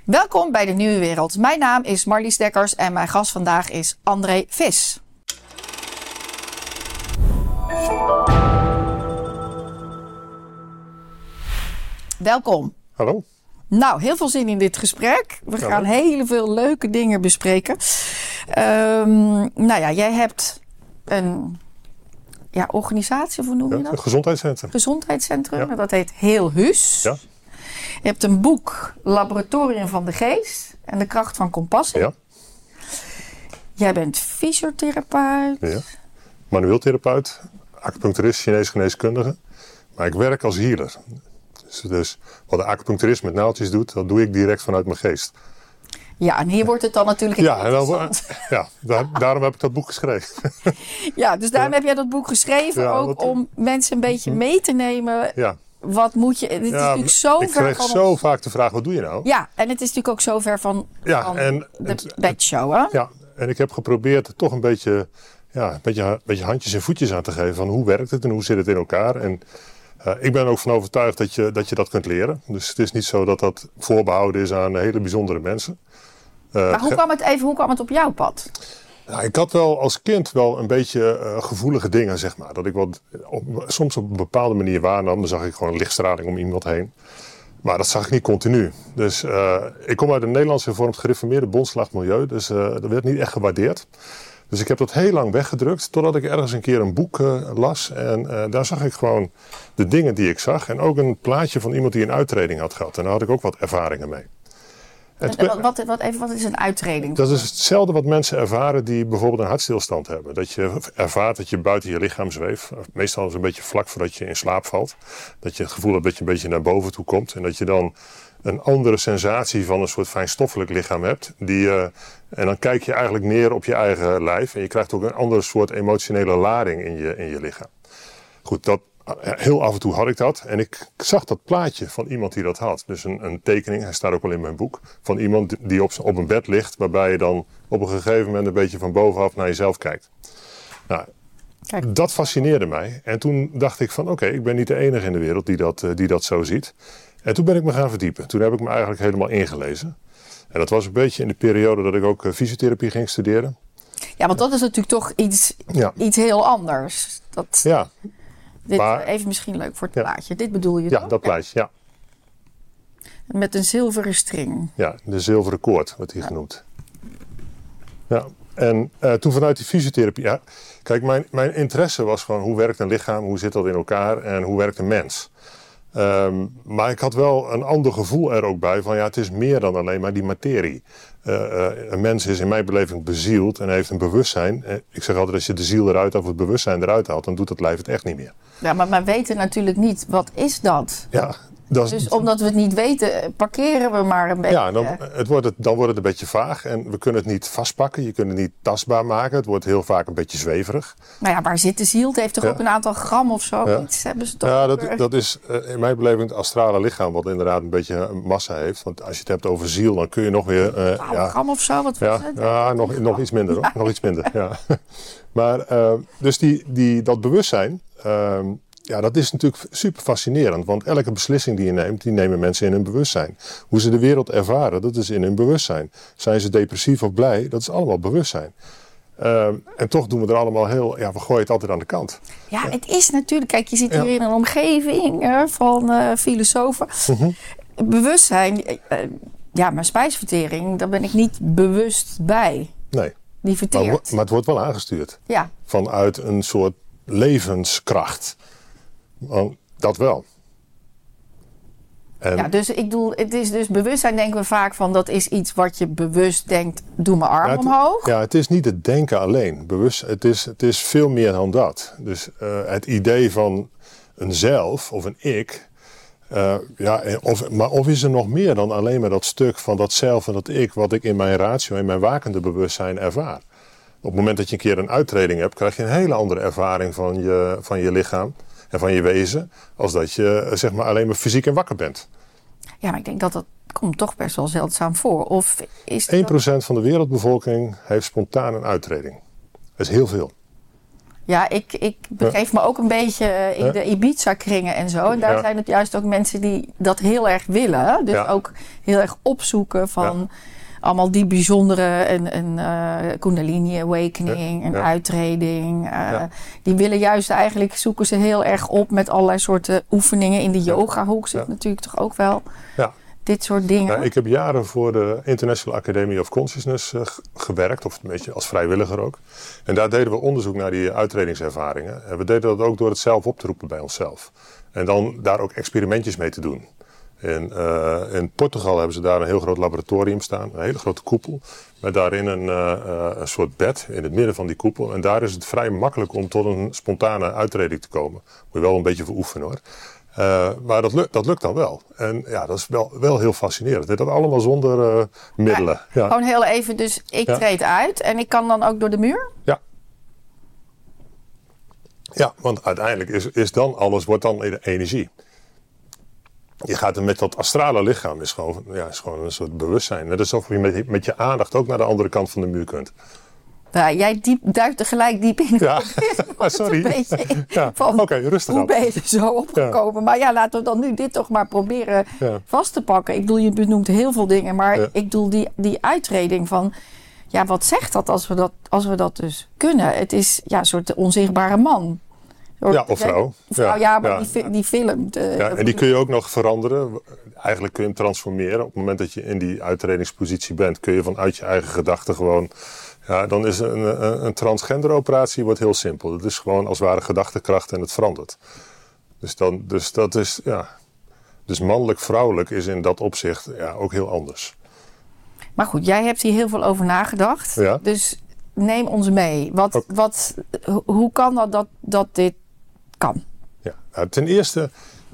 Welkom bij de Nieuwe Wereld. Mijn naam is Marlies Dekkers en mijn gast vandaag is André Vis. Jij Nou, heel veel zin in dit gesprek. We gaan heel veel leuke dingen bespreken. Jij hebt een organisatie, hoe noem je dat? Een gezondheidscentrum. Gezondheidscentrum, ja. Dat heet Heel Huus. Ja. Je hebt een boek, Laboratorium van de Geest en de kracht van compassie. Ja. Jij bent fysiotherapeut. Ja. Manueel therapeut, acupuncturist, Chinees geneeskundige. Maar ik werk als healer. Dus wat de acupuncturist met naaldjes doet, dat doe ik direct vanuit mijn geest. Ja, en hier wordt het dan natuurlijk daarom heb ik dat boek geschreven. Ja, dus daarom heb jij dat boek geschreven, om mensen een beetje mee te nemen. Ja. Wat moet je... Het is natuurlijk zo ver van... Ik kreeg zo vaak de vraag, wat doe je nou? Ja, en het is natuurlijk ook zo ver van de bedshow, hè? Ja, en ik heb geprobeerd toch een beetje handjes en voetjes aan te geven van hoe werkt het en hoe zit het in elkaar. En ik ben er ook van overtuigd dat je dat kunt leren. Dus het is niet zo dat dat voorbehouden is aan hele bijzondere mensen. Maar hoe kwam het op jouw pad? Nou, ik had wel als kind wel een beetje gevoelige dingen, zeg maar. Dat ik soms op een bepaalde manier waarnam. Dan zag ik gewoon een lichtstraling om iemand heen. Maar dat zag ik niet continu. Dus ik kom uit een Nederlands hervormd gereformeerde bondslag milieu. Dus dat werd niet echt gewaardeerd. Dus ik heb dat heel lang weggedrukt. Totdat ik ergens een keer een boek las. En daar zag ik gewoon de dingen die ik zag. En ook een plaatje van iemand die een uittreding had gehad. En daar had ik ook wat ervaringen mee. Wat is een uittreding? Dat is hetzelfde wat mensen ervaren die bijvoorbeeld een hartstilstand hebben. Dat je ervaart dat je buiten je lichaam zweeft. Meestal is het een beetje vlak voordat je in slaap valt. Dat je het gevoel hebt dat je een beetje naar boven toe komt. En dat je dan een andere sensatie van een soort fijnstoffelijk lichaam hebt. En dan kijk je eigenlijk neer op je eigen lijf. En je krijgt ook een ander soort emotionele lading in je lichaam. Goed, heel af en toe had ik dat. En ik zag dat plaatje van iemand die dat had. Dus een tekening, hij staat ook wel in mijn boek. Van iemand die op een bed ligt. Waarbij je dan op een gegeven moment een beetje van bovenaf naar jezelf kijkt. Nou, dat fascineerde mij. En toen dacht ik van oké, ik ben niet de enige in de wereld die dat zo ziet. En toen ben ik me gaan verdiepen. Toen heb ik me eigenlijk helemaal ingelezen. En dat was een beetje in de periode dat ik ook fysiotherapie ging studeren. Ja, want dat is natuurlijk toch iets heel anders. Even misschien leuk voor het plaatje. Dit bedoel je toch? Ja, dat plaatje, ja. Met een zilveren string. Ja, de zilveren koord wordt hier genoemd. Ja, en toen vanuit die fysiotherapie... Ja, kijk, mijn interesse was gewoon hoe werkt een lichaam, hoe zit dat in elkaar en hoe werkt een mens. Maar ik had wel een ander gevoel er ook bij van het is meer dan alleen maar die materie. Een mens is in mijn beleving bezield en heeft een bewustzijn. Ik zeg altijd, als je de ziel eruit of het bewustzijn eruit haalt, dan doet het lijf het echt niet meer. Ja, maar wij weten natuurlijk niet, wat is dat? Ja. Dus omdat we het niet weten, parkeren we maar een beetje. Ja, dan wordt het een beetje vaag en we kunnen het niet vastpakken. Je kunt het niet tastbaar maken. Het wordt heel vaak een beetje zweverig. Nou ja, waar zit de ziel? Het heeft toch ook een aantal gram of zo? Iets hebben ze toch? Ja, dat is in mijn beleving het astrale lichaam wat inderdaad een beetje massa heeft. Want als je het hebt over ziel, dan kun je nog weer... gram of zo? Wat was het? Ja, nog iets minder hoor. Nog iets minder, ja. Maar dus dat bewustzijn... dat is natuurlijk super fascinerend. Want elke beslissing die je neemt, die nemen mensen in hun bewustzijn. Hoe ze de wereld ervaren, dat is in hun bewustzijn. Zijn ze depressief of blij, dat is allemaal bewustzijn. En toch doen we er allemaal we gooien het altijd aan de kant. Ja, het is natuurlijk... Kijk, je zit hier in een omgeving van filosofen. Mm-hmm. Bewustzijn... mijn spijsvertering, daar ben ik niet bewust bij. Nee. Die verteert. Maar het wordt wel aangestuurd. Ja. Vanuit een soort levenskracht. Dat wel. Dus ik bedoel, het is dus bewustzijn, denken we vaak van dat is iets wat je bewust denkt, doe mijn arm omhoog. Ja, het is niet het denken alleen. Het is veel meer dan dat. Dus het idee van een zelf of een ik. Of is er nog meer dan alleen maar dat stuk van dat zelf en dat ik, wat ik in mijn ratio, in mijn wakende bewustzijn ervaar. Op het moment dat je een keer een uittreding hebt, krijg je een hele andere ervaring van je lichaam en van je wezen, als dat je zeg maar alleen maar fysiek en wakker bent. Ja, maar ik denk dat komt toch best wel zeldzaam voor. Of is 1% van de wereldbevolking heeft spontaan een uittreding. Dat is heel veel. Ja, ik begeef me ook een beetje in de Ibiza-kringen en zo. En daar zijn het juist ook mensen die dat heel erg willen. Dus ook heel erg opzoeken van allemaal die bijzondere Kundalini Awakening en uittreding. Die willen juist eigenlijk, zoeken ze heel erg op met allerlei soorten oefeningen. In de yogahoek zit natuurlijk toch ook wel dit soort dingen. Nou, ik heb jaren voor de International Academy of Consciousness gewerkt, of een beetje als vrijwilliger ook. En daar deden we onderzoek naar die uitredingservaringen. En we deden dat ook door het zelf op te roepen bij onszelf. En dan daar ook experimentjes mee te doen. In Portugal hebben ze daar een heel groot laboratorium staan, een hele grote koepel. Met daarin een soort bed in het midden van die koepel. En daar is het vrij makkelijk om tot een spontane uitreding te komen. Moet je wel een beetje voor oefenen hoor. Maar dat lukt dan wel. En ja, dat is wel heel fascinerend. Dat allemaal zonder middelen. Ja. Gewoon heel even, dus ik treed uit en ik kan dan ook door de muur? Ja. Ja, want uiteindelijk is dan alles, wordt dan energie. Je gaat er met dat astrale lichaam, is gewoon een soort bewustzijn. Net alsof je met je aandacht ook naar de andere kant van de muur kunt. Ja, jij duikt er gelijk diep in. Ja, sorry. Oké, rustig hoe ben je er zo opgekomen? Ja. Maar ja, laten we dan nu dit toch maar proberen vast te pakken. Ik bedoel, je benoemt heel veel dingen. Maar ik bedoel, die uitreding van... Ja, wat zegt dat als we dat dus kunnen? Het is een soort onzichtbare man. Of vrouw. Maar die filmt. En die kun je ook nog veranderen. Eigenlijk kun je hem transformeren. Op het moment dat je in die uitredingspositie bent... kun je vanuit je eigen gedachten gewoon... Ja, dan is een transgender operatie wordt heel simpel. Het is gewoon als het ware gedachtekracht en het verandert. Dus dat is, Dus mannelijk-vrouwelijk is in dat opzicht ook heel anders. Maar goed, jij hebt hier heel veel over nagedacht. Ja. Dus neem ons mee. Hoe kan dat dit kan? Ja, nou, ten eerste...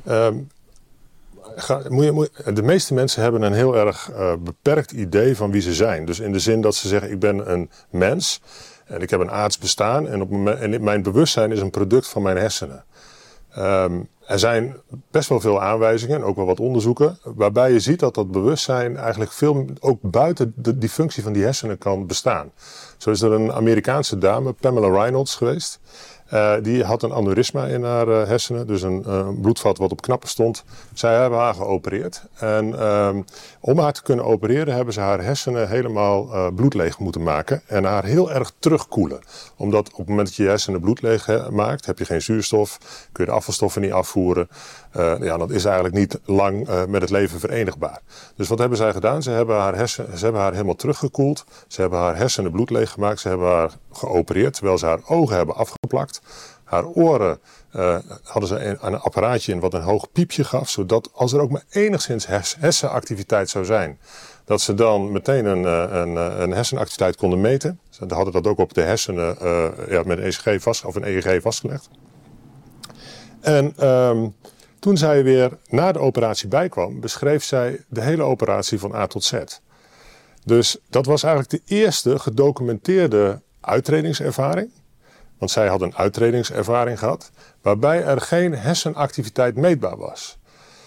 de meeste mensen hebben een heel erg beperkt idee van wie ze zijn. Dus in de zin dat ze zeggen, ik ben een mens en ik heb een aards bestaan en mijn bewustzijn is een product van mijn hersenen. Er zijn best wel veel aanwijzingen, ook wel wat onderzoeken, waarbij je ziet dat bewustzijn eigenlijk veel ook buiten die functie van die hersenen kan bestaan. Zo is er een Amerikaanse dame, Pamela Reynolds, geweest. Die had een aneurysma in haar hersenen, dus een bloedvat wat op knappen stond. Zij hebben haar geopereerd. En om haar te kunnen opereren hebben ze haar hersenen helemaal bloedleeg moeten maken. En haar heel erg terugkoelen. Omdat op het moment dat je hersenen bloed leeg maakt, heb je geen zuurstof. Kun je de afvalstoffen niet afvoeren. Dat is eigenlijk niet lang met het leven verenigbaar. Dus wat hebben zij gedaan? Ze hebben haar helemaal teruggekoeld. Ze hebben haar hersenen bloed leeg gemaakt. Ze hebben haar geopereerd, terwijl ze haar ogen hebben afgeplakt. Haar oren hadden ze een apparaatje in wat een hoog piepje gaf. Zodat als er ook maar enigszins hersenactiviteit zou zijn. Dat ze dan meteen een hersenactiviteit konden meten. Ze hadden dat ook op de hersenen met een EEG vastgelegd. En toen zij weer na de operatie bijkwam, beschreef zij de hele operatie van A tot Z. Dus dat was eigenlijk de eerste gedocumenteerde uitredingservaring. Want zij had een uitredingservaring gehad, waarbij er geen hersenactiviteit meetbaar was.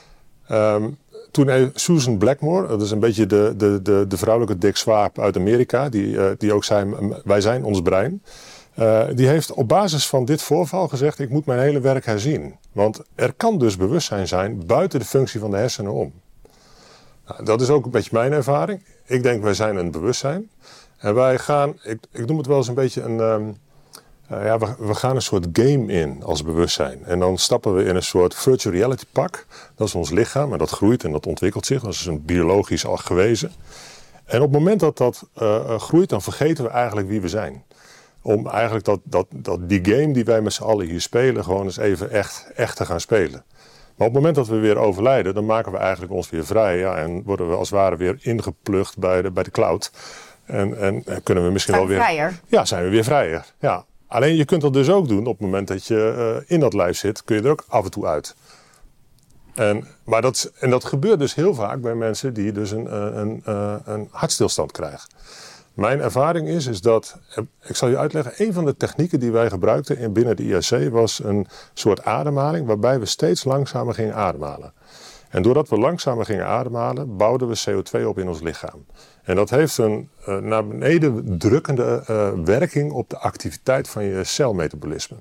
Toen Susan Blackmore, dat is een beetje de vrouwelijke Dick Swaap uit Amerika, die ook zei, wij zijn ons brein. Die heeft op basis van dit voorval gezegd, ik moet mijn hele werk herzien. Want er kan dus bewustzijn zijn buiten de functie van de hersenen om. Nou, dat is ook een beetje mijn ervaring. Ik denk, wij zijn een bewustzijn. En wij gaan, ik noem het wel eens een beetje we gaan een soort game in als bewustzijn. En dan stappen we in een soort virtual reality pak. Dat is ons lichaam en dat groeit en dat ontwikkelt zich. Dat is een biologisch al gewezen. En op het moment dat groeit, dan vergeten we eigenlijk wie we zijn. Om eigenlijk die game die wij met z'n allen hier spelen, gewoon eens even echt te gaan spelen. Maar op het moment dat we weer overlijden, dan maken we eigenlijk ons weer vrij. Ja, en worden we als het ware weer ingeplucht bij de cloud. En kunnen we misschien wel weer... Vrijer? Ja, zijn we weer vrijer. Ja. Alleen je kunt dat dus ook doen op het moment dat je in dat lijf zit, kun je er ook af en toe uit. Maar dat gebeurt dus heel vaak bij mensen die dus een hartstilstand krijgen. Mijn ervaring is dat, ik zal je uitleggen, een van de technieken die wij gebruikten binnen de IAC was een soort ademhaling waarbij we steeds langzamer gingen ademhalen. En doordat we langzamer gingen ademhalen, bouwden we CO2 op in ons lichaam. En dat heeft een naar beneden drukkende werking op de activiteit van je celmetabolisme.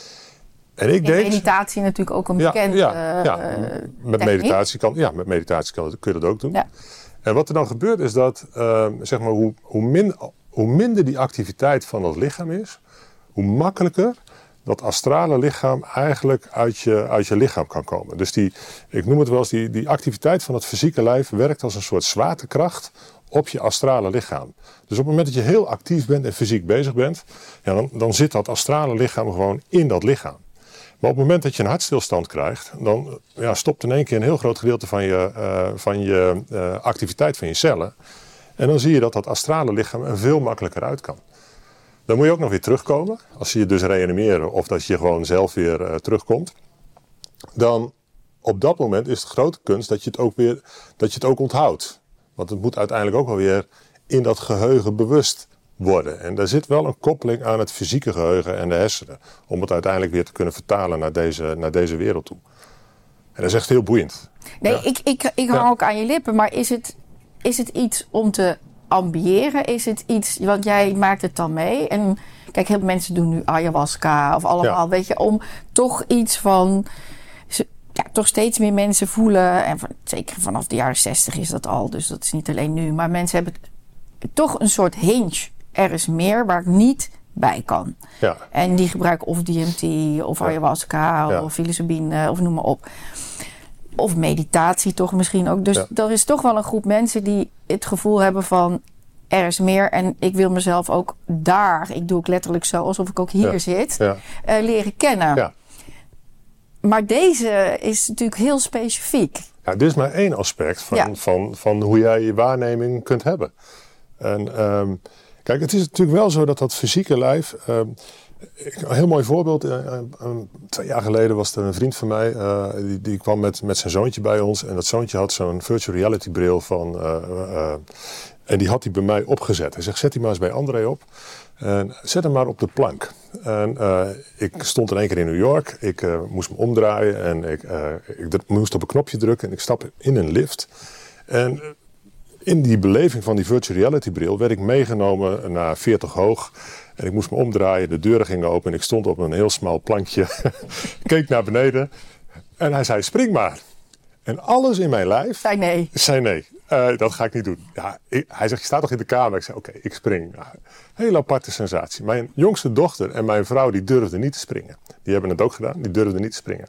En ik deed meditatie natuurlijk ook een bekend met meditatie kun je dat ook doen. Ja. En wat er dan gebeurt is dat zeg maar hoe minder die activiteit van dat lichaam is, hoe makkelijker dat astrale lichaam eigenlijk uit je lichaam kan komen. Dus ik noem het wel eens, die activiteit van het fysieke lijf werkt als een soort zwaartekracht op je astrale lichaam. Dus op het moment dat je heel actief bent en fysiek bezig bent, dan zit dat astrale lichaam gewoon in dat lichaam. Maar op het moment dat je een hartstilstand krijgt, dan stopt in één keer een heel groot gedeelte van je activiteit van je cellen. En dan zie je dat astrale lichaam er veel makkelijker uit kan. Dan moet je ook nog weer terugkomen. Als je dus reanimeren of dat je gewoon zelf weer terugkomt. Dan op dat moment is het grote kunst dat je het ook onthoudt. Want het moet uiteindelijk ook wel weer in dat geheugen bewust worden. En daar zit wel een koppeling aan het fysieke geheugen en de hersenen. Om het uiteindelijk weer te kunnen vertalen naar deze wereld toe. En dat is echt heel boeiend. Nee, ja. ik hang ook aan je lippen. Maar is het iets om te ambiëren? Is het iets, want jij maakt het dan mee. En kijk, heel veel mensen doen nu ayahuasca of allemaal. Weet je, om toch iets van... toch steeds meer mensen voelen. En zeker vanaf de jaren 60 is dat al. Dus dat is niet alleen nu. Maar mensen hebben toch een soort hinge. Er is meer waar ik niet bij kan. Ja. En die gebruiken of DMT of ayahuasca of psilocybine of noem maar op. Of meditatie toch misschien ook. Dus er is toch wel een groep mensen die het gevoel hebben van... er is meer en ik wil mezelf ook daar... ik doe ook letterlijk zo alsof ik ook hier zit... leren kennen. Ja. Maar deze is natuurlijk heel specifiek. Ja, dit is maar één aspect van hoe jij je waarneming kunt hebben. En kijk, het is natuurlijk wel zo dat fysieke lijf... een heel mooi voorbeeld. 2 jaar geleden was er een vriend van mij. Die kwam met zijn zoontje bij ons. En dat zoontje had zo'n virtual reality bril van... en die had hij bij mij opgezet. Hij zegt, zet die maar eens bij André op. En zet hem maar op de plank. En ik stond in één keer in New York. Ik moest me omdraaien. En ik moest op een knopje drukken. En ik stap in een lift. En in die beleving van die virtual reality bril... werd ik meegenomen naar 40 hoog... En ik moest me omdraaien, de deuren gingen open en ik stond op een heel smal plankje. Keek naar beneden en hij zei, spring maar. En alles in mijn lijf zei nee. Dat ga ik niet doen. Ja, hij zegt, je staat toch in de kamer? Ik zei, oké, ik spring. Ja, hele aparte sensatie. Mijn jongste dochter en mijn vrouw die durfden niet te springen. Die hebben het ook gedaan, die durfden niet te springen.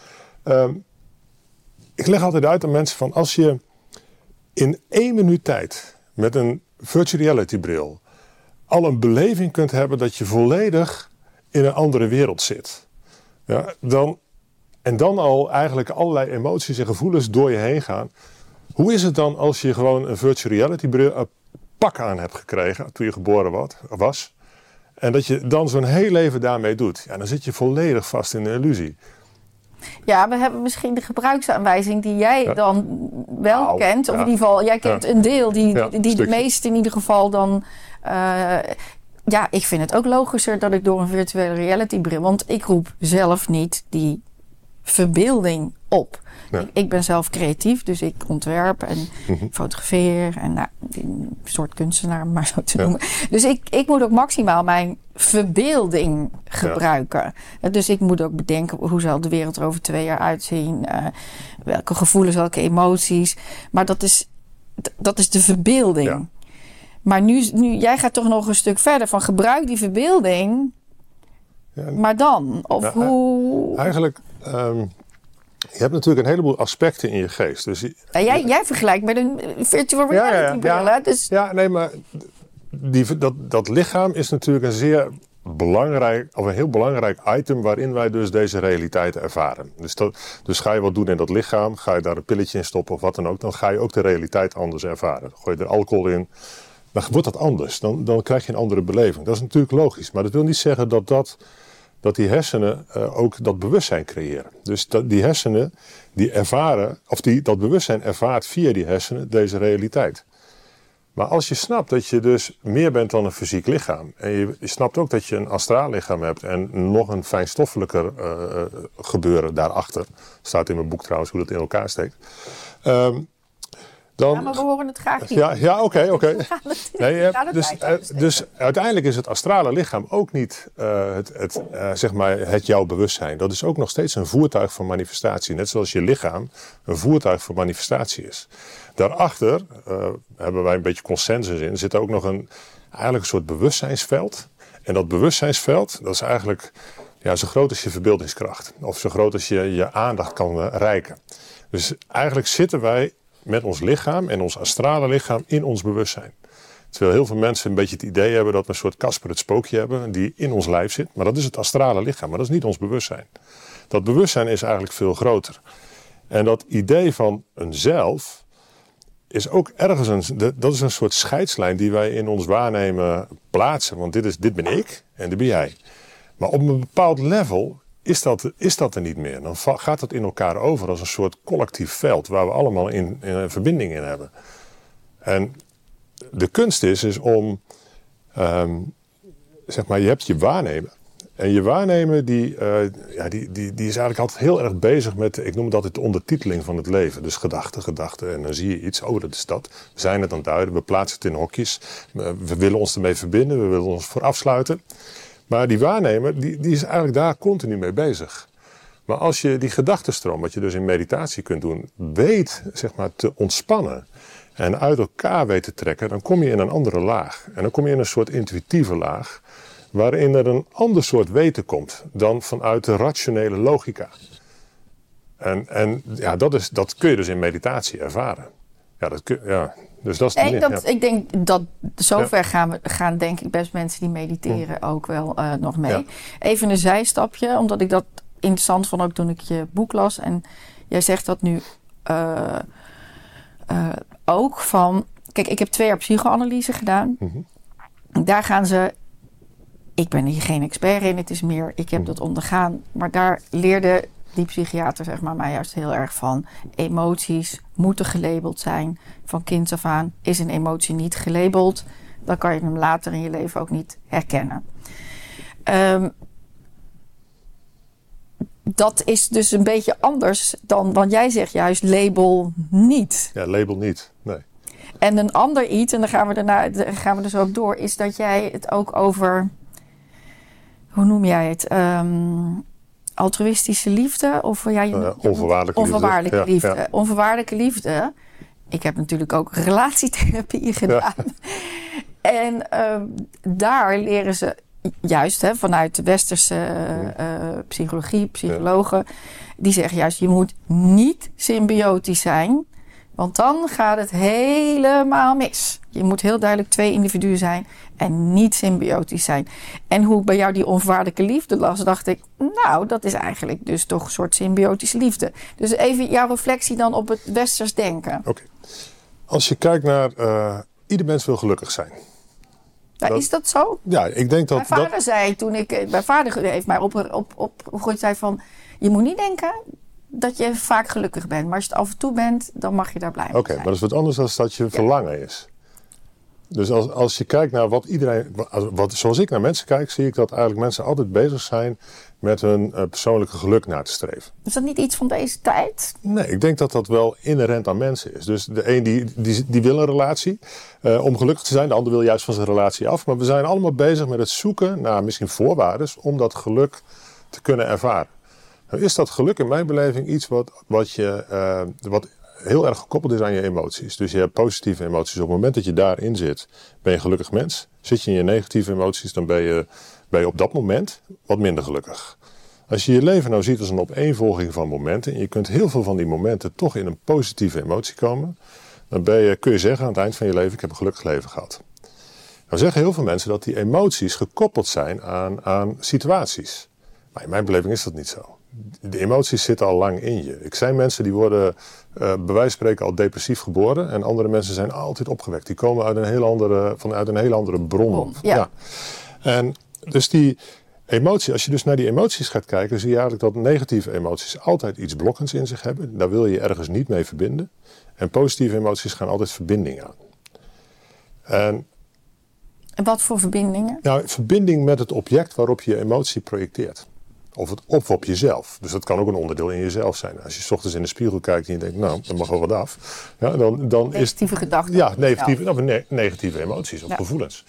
Ik leg altijd uit aan mensen van, als je in 1 minuut tijd met een virtual reality bril... al een beleving kunt hebben dat je volledig in een andere wereld zit. Ja, dan al eigenlijk allerlei emoties en gevoelens door je heen gaan. Hoe is het dan als je gewoon een virtual reality bril pak aan hebt gekregen toen je geboren was. En dat je dan zo'n heel leven daarmee doet. Ja, dan zit je volledig vast in de illusie. Ja, we hebben misschien de gebruiksaanwijzing die jij dan wel kent. Of in ieder geval, jij kent een deel die de meeste in ieder geval dan... ik vind het ook logischer dat ik door een virtuele reality bril... want ik roep zelf niet die verbeelding op. Ja. Ik ben zelf creatief, dus ik ontwerp en fotografeer... en een soort kunstenaar, maar zo te noemen. Dus ik moet ook maximaal mijn verbeelding gebruiken. Ja. Dus ik moet ook bedenken, hoe zal de wereld er over 2 jaar uitzien? Welke gevoelens, welke emoties? Maar dat is de verbeelding. Ja. Maar nu, jij gaat toch nog een stuk verder van gebruik die verbeelding. Ja, maar dan? Of hoe... Eigenlijk, je hebt natuurlijk een heleboel aspecten in je geest. Dus jij vergelijkt met een virtual reality bril. Dus... Ja, nee, maar dat lichaam is natuurlijk een zeer belangrijk, of een heel belangrijk item waarin wij dus deze realiteit ervaren. Dus ga je wat doen in dat lichaam, ga je daar een pilletje in stoppen of wat dan ook, dan ga je ook de realiteit anders ervaren. Gooi je er alcohol in, dan wordt dat anders. Dan krijg je een andere beleving. Dat is natuurlijk logisch, maar dat wil niet zeggen dat die hersenen ook dat bewustzijn creëren. Dus die hersenen die ervaren, of dat bewustzijn ervaart via die hersenen deze realiteit. Maar als je snapt dat je dus meer bent dan een fysiek lichaam. En je snapt ook dat je een astraal lichaam hebt. En nog een fijnstoffelijker gebeuren daarachter. Staat in mijn boek trouwens hoe dat in elkaar steekt. Maar we horen het graag niet. Ja, oké. Nee, dus uiteindelijk is het astrale lichaam ook niet zeg maar het jouw bewustzijn. Dat is ook nog steeds een voertuig voor manifestatie. Net zoals je lichaam een voertuig voor manifestatie is. Daarachter hebben wij een beetje consensus in. Er zit ook nog eigenlijk een soort bewustzijnsveld. En dat bewustzijnsveld, dat is eigenlijk zo groot als je verbeeldingskracht. Of zo groot als je aandacht kan reiken. Dus eigenlijk zitten wij met ons lichaam en ons astrale lichaam in ons bewustzijn. Terwijl heel veel mensen een beetje het idee hebben dat we een soort Casper het spookje hebben die in ons lijf zit. Maar dat is het astrale lichaam, maar dat is niet ons bewustzijn. Dat bewustzijn is eigenlijk veel groter. En dat idee van een zelf is ook ergens dat is een soort scheidslijn die wij in ons waarnemen plaatsen. Want dit ben ik en dit ben jij. Maar op een bepaald level is dat er niet meer. Dan gaat het in elkaar over als een soort collectief veld waar we allemaal in verbinding in hebben. En de kunst is om, zeg maar, je hebt je waarnemen. En je waarnemen die is eigenlijk altijd heel erg bezig met, ik noem het altijd de ondertiteling van het leven. Dus gedachten. En dan zie je iets, oh dat is dat. We zijn het aan het duiden, we plaatsen het in hokjes. We willen ons ermee verbinden, we willen ons voor afsluiten. Maar die waarnemer, die is eigenlijk daar continu mee bezig. Maar als je die gedachtenstroom, wat je dus in meditatie kunt doen, weet, zeg maar, te ontspannen en uit elkaar weet te trekken, dan kom je in een andere laag. En dan kom je in een soort intuïtieve laag, waarin er een ander soort weten komt dan vanuit de rationele logica. En dat kun je dus in meditatie ervaren. Dus dat is ik denk dat zover gaan denk ik best mensen die mediteren ook wel nog mee. Ja. Even een zijstapje, omdat ik dat interessant vond ook toen ik je boek las. En jij zegt dat nu ook van... Kijk, ik heb 2 jaar psychoanalyse gedaan. Mm-hmm. Daar gaan ze... Ik ben hier geen expert in, het is meer... Ik heb dat ondergaan, maar daar leerde... Die psychiater zeg maar mij juist heel erg van emoties moeten gelabeld zijn. Van kinds af aan is een emotie niet gelabeld. Dan kan je hem later in je leven ook niet herkennen. Dat is dus een beetje anders dan... Want jij zegt juist label niet. Ja, label niet, nee. En een ander iets, en dan gaan we er zo op door... is dat jij het ook over... Hoe noem jij het? Altruïstische liefde of onvoorwaardelijke liefde. Ja. Onvoorwaardelijke liefde. Ik heb natuurlijk ook relatietherapie gedaan. En daar leren ze juist vanuit de westerse psychologie, psychologen, die zeggen juist je moet niet symbiotisch zijn, want dan gaat het helemaal mis. Je moet heel duidelijk 2 individuen zijn en niet symbiotisch zijn. En hoe ik bij jou die onvoorwaardelijke liefde las, dacht ik, nou, dat is eigenlijk dus toch een soort symbiotische liefde. Dus even jouw reflectie dan op het westers denken. Oké. Als je kijkt naar, ieder mens wil gelukkig zijn. Is dat zo? Ja, ik denk dat... Mijn vader zei toen mijn vader heeft mij opgegooid, zei van, je moet niet denken dat je vaak gelukkig bent. Maar als je het af en toe bent, dan mag je daar blij mee zijn. Oké, maar dat is wat anders dan dat je verlangen is. Dus als je kijkt naar zoals ik naar mensen kijk, zie ik dat eigenlijk mensen altijd bezig zijn met hun persoonlijke geluk na te streven. Is dat niet iets van deze tijd? Nee, ik denk dat dat wel inherent aan mensen is. Dus de een die wil een relatie om gelukkig te zijn, de ander wil juist van zijn relatie af. Maar we zijn allemaal bezig met het zoeken naar misschien voorwaarden om dat geluk te kunnen ervaren. Nou is dat geluk in mijn beleving iets wat heel erg gekoppeld is aan je emoties. Dus je hebt positieve emoties. Op het moment dat je daarin zit, ben je een gelukkig mens. Zit je in je negatieve emoties, dan ben je op dat moment wat minder gelukkig. Als je je leven nou ziet als een opeenvolging van momenten, en je kunt heel veel van die momenten toch in een positieve emotie komen, dan kun je zeggen aan het eind van je leven, ik heb een gelukkig leven gehad. Nou zeggen heel veel mensen dat die emoties gekoppeld zijn aan situaties. Maar in mijn beleving is dat niet zo. De emoties zitten al lang in je. Ik zijn mensen die worden bij wijze van spreken al depressief geboren. En andere mensen zijn altijd opgewekt. Die komen vanuit een hele andere bron. Ja. En dus die emotie, als je dus naar die emoties gaat kijken, zie je eigenlijk dat negatieve emoties altijd iets blokkends in zich hebben. Daar wil je ergens niet mee verbinden. En positieve emoties gaan altijd verbinding aan. En wat voor verbindingen? Nou, verbinding met het object waarop je emotie projecteert. Of op jezelf. Dus dat kan ook een onderdeel in jezelf zijn. Als je 's ochtends in de spiegel kijkt en je denkt, nou, er mag wel wat af. Ja, dan negatieve gedachten. Ja, negatieve emoties of gevoelens.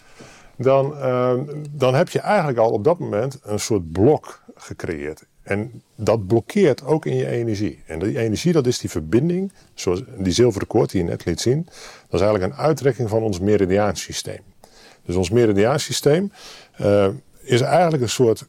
Dan heb je eigenlijk al op dat moment een soort blok gecreëerd. En dat blokkeert ook in je energie. En die energie, dat is die verbinding, zoals die zilveren koord die je net liet zien. Dat is eigenlijk een uitrekking van ons meridiaansysteem. Dus ons meridiaansysteem is eigenlijk een soort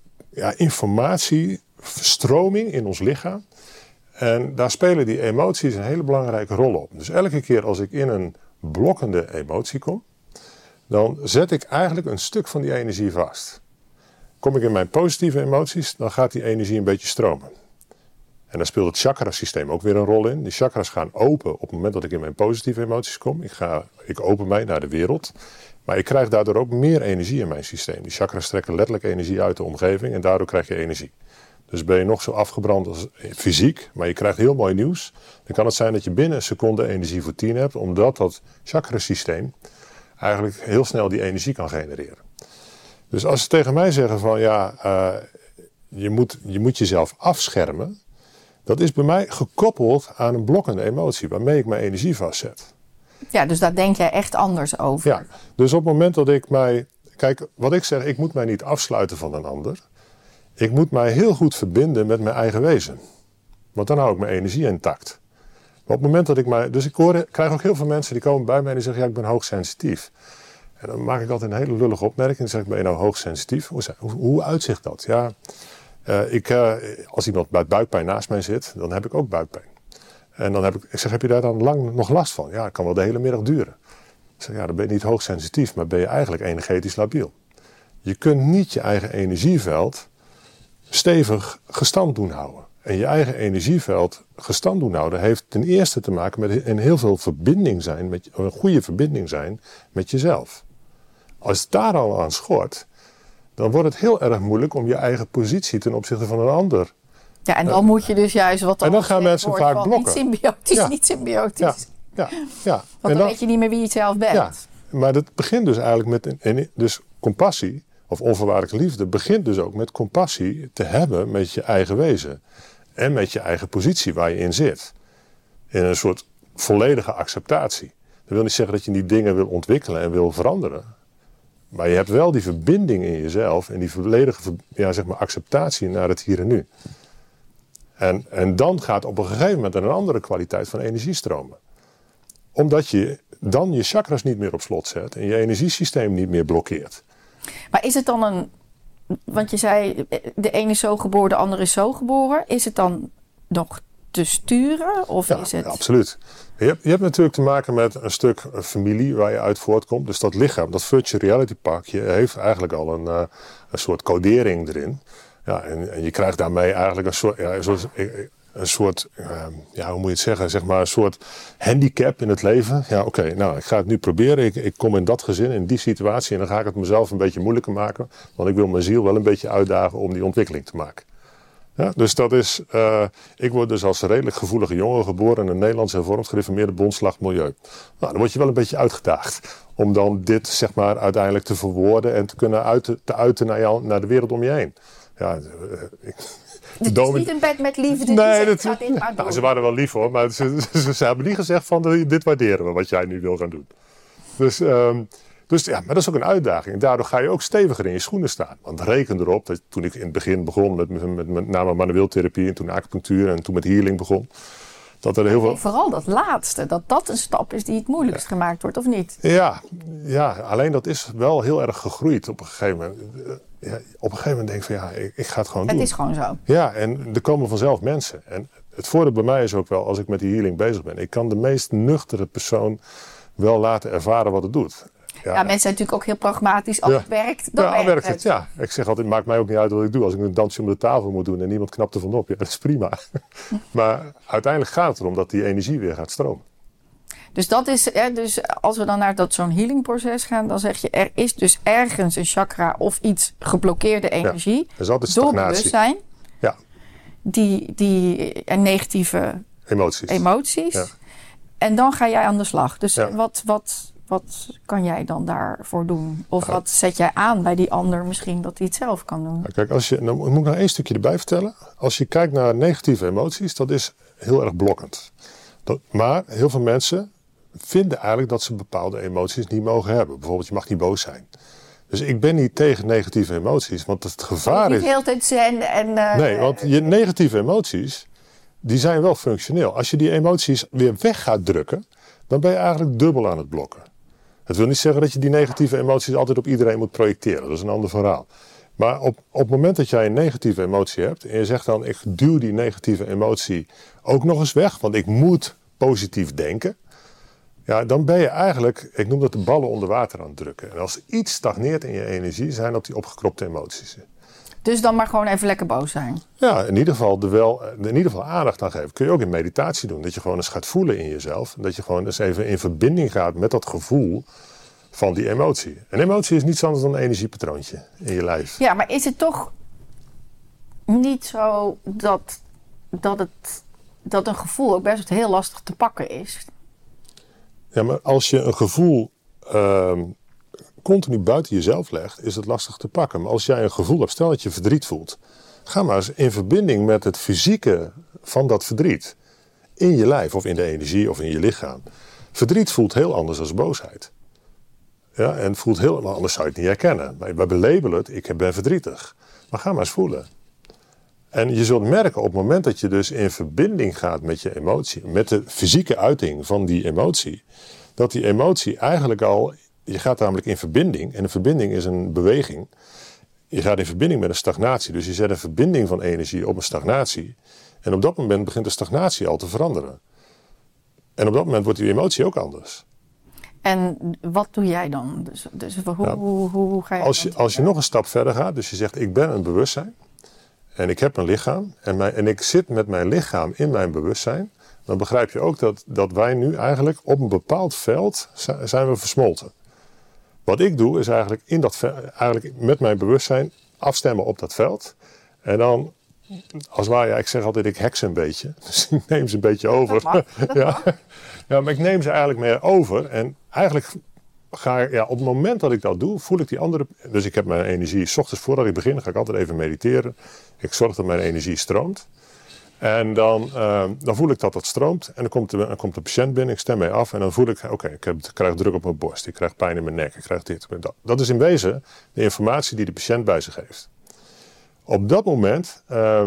informatiestroming in ons lichaam. En daar spelen die emoties een hele belangrijke rol op. Dus elke keer als ik in een blokkende emotie kom, dan zet ik eigenlijk een stuk van die energie vast. Kom ik in mijn positieve emoties, dan gaat die energie een beetje stromen. En dan speelt het chakrasysteem ook weer een rol in. De chakras gaan open op het moment dat ik in mijn positieve emoties kom. Ik open mij naar de wereld. Maar ik krijg daardoor ook meer energie in mijn systeem. Die chakras trekken letterlijk energie uit de omgeving en daardoor krijg je energie. Dus ben je nog zo afgebrand als fysiek, maar je krijgt heel mooi nieuws. Dan kan het zijn dat je binnen een seconde energie voor 10 hebt, omdat dat chakrasysteem eigenlijk heel snel die energie kan genereren. Dus als ze tegen mij zeggen van je moet jezelf afschermen, dat is bij mij gekoppeld aan een blokkende emotie waarmee ik mijn energie vastzet. Ja, dus daar denk jij echt anders over. Ja, dus op het moment dat ik kijk, wat ik zeg, ik moet mij niet afsluiten van een ander. Ik moet mij heel goed verbinden met mijn eigen wezen. Want dan hou ik mijn energie intact. Maar op het moment dat dus ik krijg ook heel veel mensen die komen bij mij en die zeggen, ik ben hoogsensitief. En dan maak ik altijd een hele lullige opmerking. En dan zeg ik, ben je nou hoogsensitief? Hoe uitzicht dat? Ja, als iemand met buikpijn naast mij zit, dan heb ik ook buikpijn. En dan ik zeg, heb je daar dan lang nog last van? Ja, het kan wel de hele middag duren. Ik zeg, dan ben je niet hoogsensitief, maar ben je eigenlijk energetisch labiel. Je kunt niet je eigen energieveld stevig gestand doen houden. En je eigen energieveld gestand doen houden heeft ten eerste te maken met een heel veel verbinding zijn, een goede verbinding zijn met jezelf. Als het daar al aan schort, dan wordt het heel erg moeilijk om je eigen positie ten opzichte van een ander. Ja, en dan moet je dus juist wat en dan gaan mensen vaak blokken. Niet symbiotisch. Ja. Want dan weet je niet meer wie je zelf bent. Ja, maar dat begint dus eigenlijk met dus compassie, of onvoorwaardelijke liefde, begint dus ook met compassie te hebben met je eigen wezen. En met je eigen positie waar je in zit. In een soort volledige acceptatie. Dat wil niet zeggen dat je die dingen wil ontwikkelen en wil veranderen. Maar je hebt wel die verbinding in jezelf en die volledige acceptatie naar het hier en nu. En dan gaat op een gegeven moment een andere kwaliteit van energie stromen. Omdat je dan je chakras niet meer op slot zet en je energiesysteem niet meer blokkeert. Maar is het dan want je zei, de ene is zo geboren, de andere is zo geboren. Is het dan nog te sturen? Of is het... Ja, absoluut. Je hebt natuurlijk te maken met een stuk familie waar je uit voortkomt. Dus dat lichaam, dat virtual reality pakje, heeft eigenlijk al een soort codering erin. Ja, en je krijgt daarmee eigenlijk een soort, hoe moet je het zeggen, zeg maar een soort handicap in het leven. Ja, oké, nou, ik ga het nu proberen. Ik kom in dat gezin, in die situatie en dan ga ik het mezelf een beetje moeilijker maken. Want ik wil mijn ziel wel een beetje uitdagen om die ontwikkeling te maken. Ja, dus dat is, ik word dus als redelijk gevoelige jongen geboren in een Nederlands hervormd gereformeerde bondslag milieu. Nou, dan word je wel een beetje uitgedaagd om dan dit zeg maar uiteindelijk te verwoorden en te kunnen uiten naar de wereld om je heen. Ja, het is niet een bed met liefde. Nee, ze waren wel lief hoor, maar ze hebben niet gezegd van dit waarderen we wat jij nu wil gaan doen. Dus ja, maar dat is ook een uitdaging. En daardoor ga je ook steviger in je schoenen staan. Want reken erop, dat toen ik in het begin begon met name manueeltherapie en toen acupunctuur en toen met healing begon. Dat er heel veel... Vooral dat laatste, dat een stap is die het moeilijkst gemaakt wordt, of niet? Ja, alleen dat is wel heel erg gegroeid op een gegeven moment. Op een gegeven moment denk ik van ik ga het gewoon doen. Het is gewoon zo. Ja, en er komen vanzelf mensen. En het voordeel bij mij is ook wel, als ik met die healing bezig ben, ik kan de meest nuchtere persoon wel laten ervaren wat het doet. Ja, mensen zijn natuurlijk ook heel pragmatisch. Als het werkt, dan werkt het. Ja, ik zeg altijd, het maakt mij ook niet uit wat ik doe. Als ik een dansje om de tafel moet doen en niemand knapt er van op, dat is prima. Maar uiteindelijk gaat het erom dat die energie weer gaat stromen. Dus dat is, dus als we dan naar zo'n healingproces gaan, dan zeg je, er is dus ergens een chakra of iets geblokkeerde energie. Ja, dat is altijd stagnatie. Door bewustzijn. Ja. En negatieve emoties. Ja. En dan ga jij aan de slag. Dus wat kan jij dan daarvoor doen? Of wat zet jij aan bij die ander misschien dat hij het zelf kan doen? Kijk, dan moet ik nog één stukje erbij vertellen. Als je kijkt naar negatieve emoties, dat is heel erg blokkend. Maar heel veel mensen vinden eigenlijk dat ze bepaalde emoties niet mogen hebben. Bijvoorbeeld, je mag niet boos zijn. Dus ik ben niet tegen negatieve emoties, want het gevaar is... Niet heel tijd zen en... Nee, want je negatieve emoties, die zijn wel functioneel. Als je die emoties weer weg gaat drukken, dan ben je eigenlijk dubbel aan het blokken. Het wil niet zeggen dat je die negatieve emoties altijd op iedereen moet projecteren. Dat is een ander verhaal. Maar op het moment dat jij een negatieve emotie hebt en je zegt dan, ik duw die negatieve emotie ook nog eens weg, want ik moet positief denken. Ja, dan ben je eigenlijk, ik noem dat de ballen onder water aan het drukken. En als iets stagneert in je energie, zijn dat die opgekropte emoties. Dus dan maar gewoon even lekker boos zijn. Ja, in ieder geval aandacht aan geven. Kun je ook in meditatie doen. Dat je gewoon eens gaat voelen in jezelf. Dat je gewoon eens even in verbinding gaat met dat gevoel van die emotie. Een emotie is niets anders dan een energiepatroontje in je lijf. Ja, maar is het toch niet zo dat een gevoel ook best heel lastig te pakken is? Ja, maar als je een gevoel continu buiten jezelf legt, is het lastig te pakken. Maar als jij een gevoel hebt, stel dat je verdriet voelt, ga maar eens in verbinding met het fysieke van dat verdriet. In je lijf of in de energie of in je lichaam. Verdriet voelt heel anders dan boosheid. Ja, en voelt heel anders, zou je het niet herkennen. Maar we belabelen het, ik ben verdrietig. Maar ga maar eens voelen. En je zult merken op het moment dat je dus in verbinding gaat met je emotie, met de fysieke uiting van die emotie, dat die emotie eigenlijk al, je gaat namelijk in verbinding, en een verbinding is een beweging. Je gaat in verbinding met een stagnatie, dus je zet een verbinding van energie op een stagnatie. En op dat moment begint de stagnatie al te veranderen. En op dat moment wordt die emotie ook anders. En wat doe jij dan? Dus hoe ga je als je nog een stap verder gaat, dus je zegt ik ben een bewustzijn. En ik heb een lichaam en ik zit met mijn lichaam in mijn bewustzijn. Dan begrijp je ook dat wij nu eigenlijk op een bepaald veld zijn we versmolten. Wat ik doe is eigenlijk met mijn bewustzijn afstemmen op dat veld. En dan, als het ware, ik zeg altijd ik hack ze een beetje. Dus ik neem ze een beetje over. Dat mag. Ja, maar ik neem ze eigenlijk meer over. En eigenlijk op het moment dat ik dat doe, voel ik die andere... Dus ik heb mijn energie, 's ochtends voordat ik begin, ga ik altijd even mediteren. Ik zorg dat mijn energie stroomt. En dan voel ik dat dat stroomt. En dan komt de patiënt binnen, ik stem mee af. En dan voel ik, ik krijg druk op mijn borst. Ik krijg pijn in mijn nek, ik krijg dit. Dat is in wezen de informatie die de patiënt bij zich heeft. Op dat moment,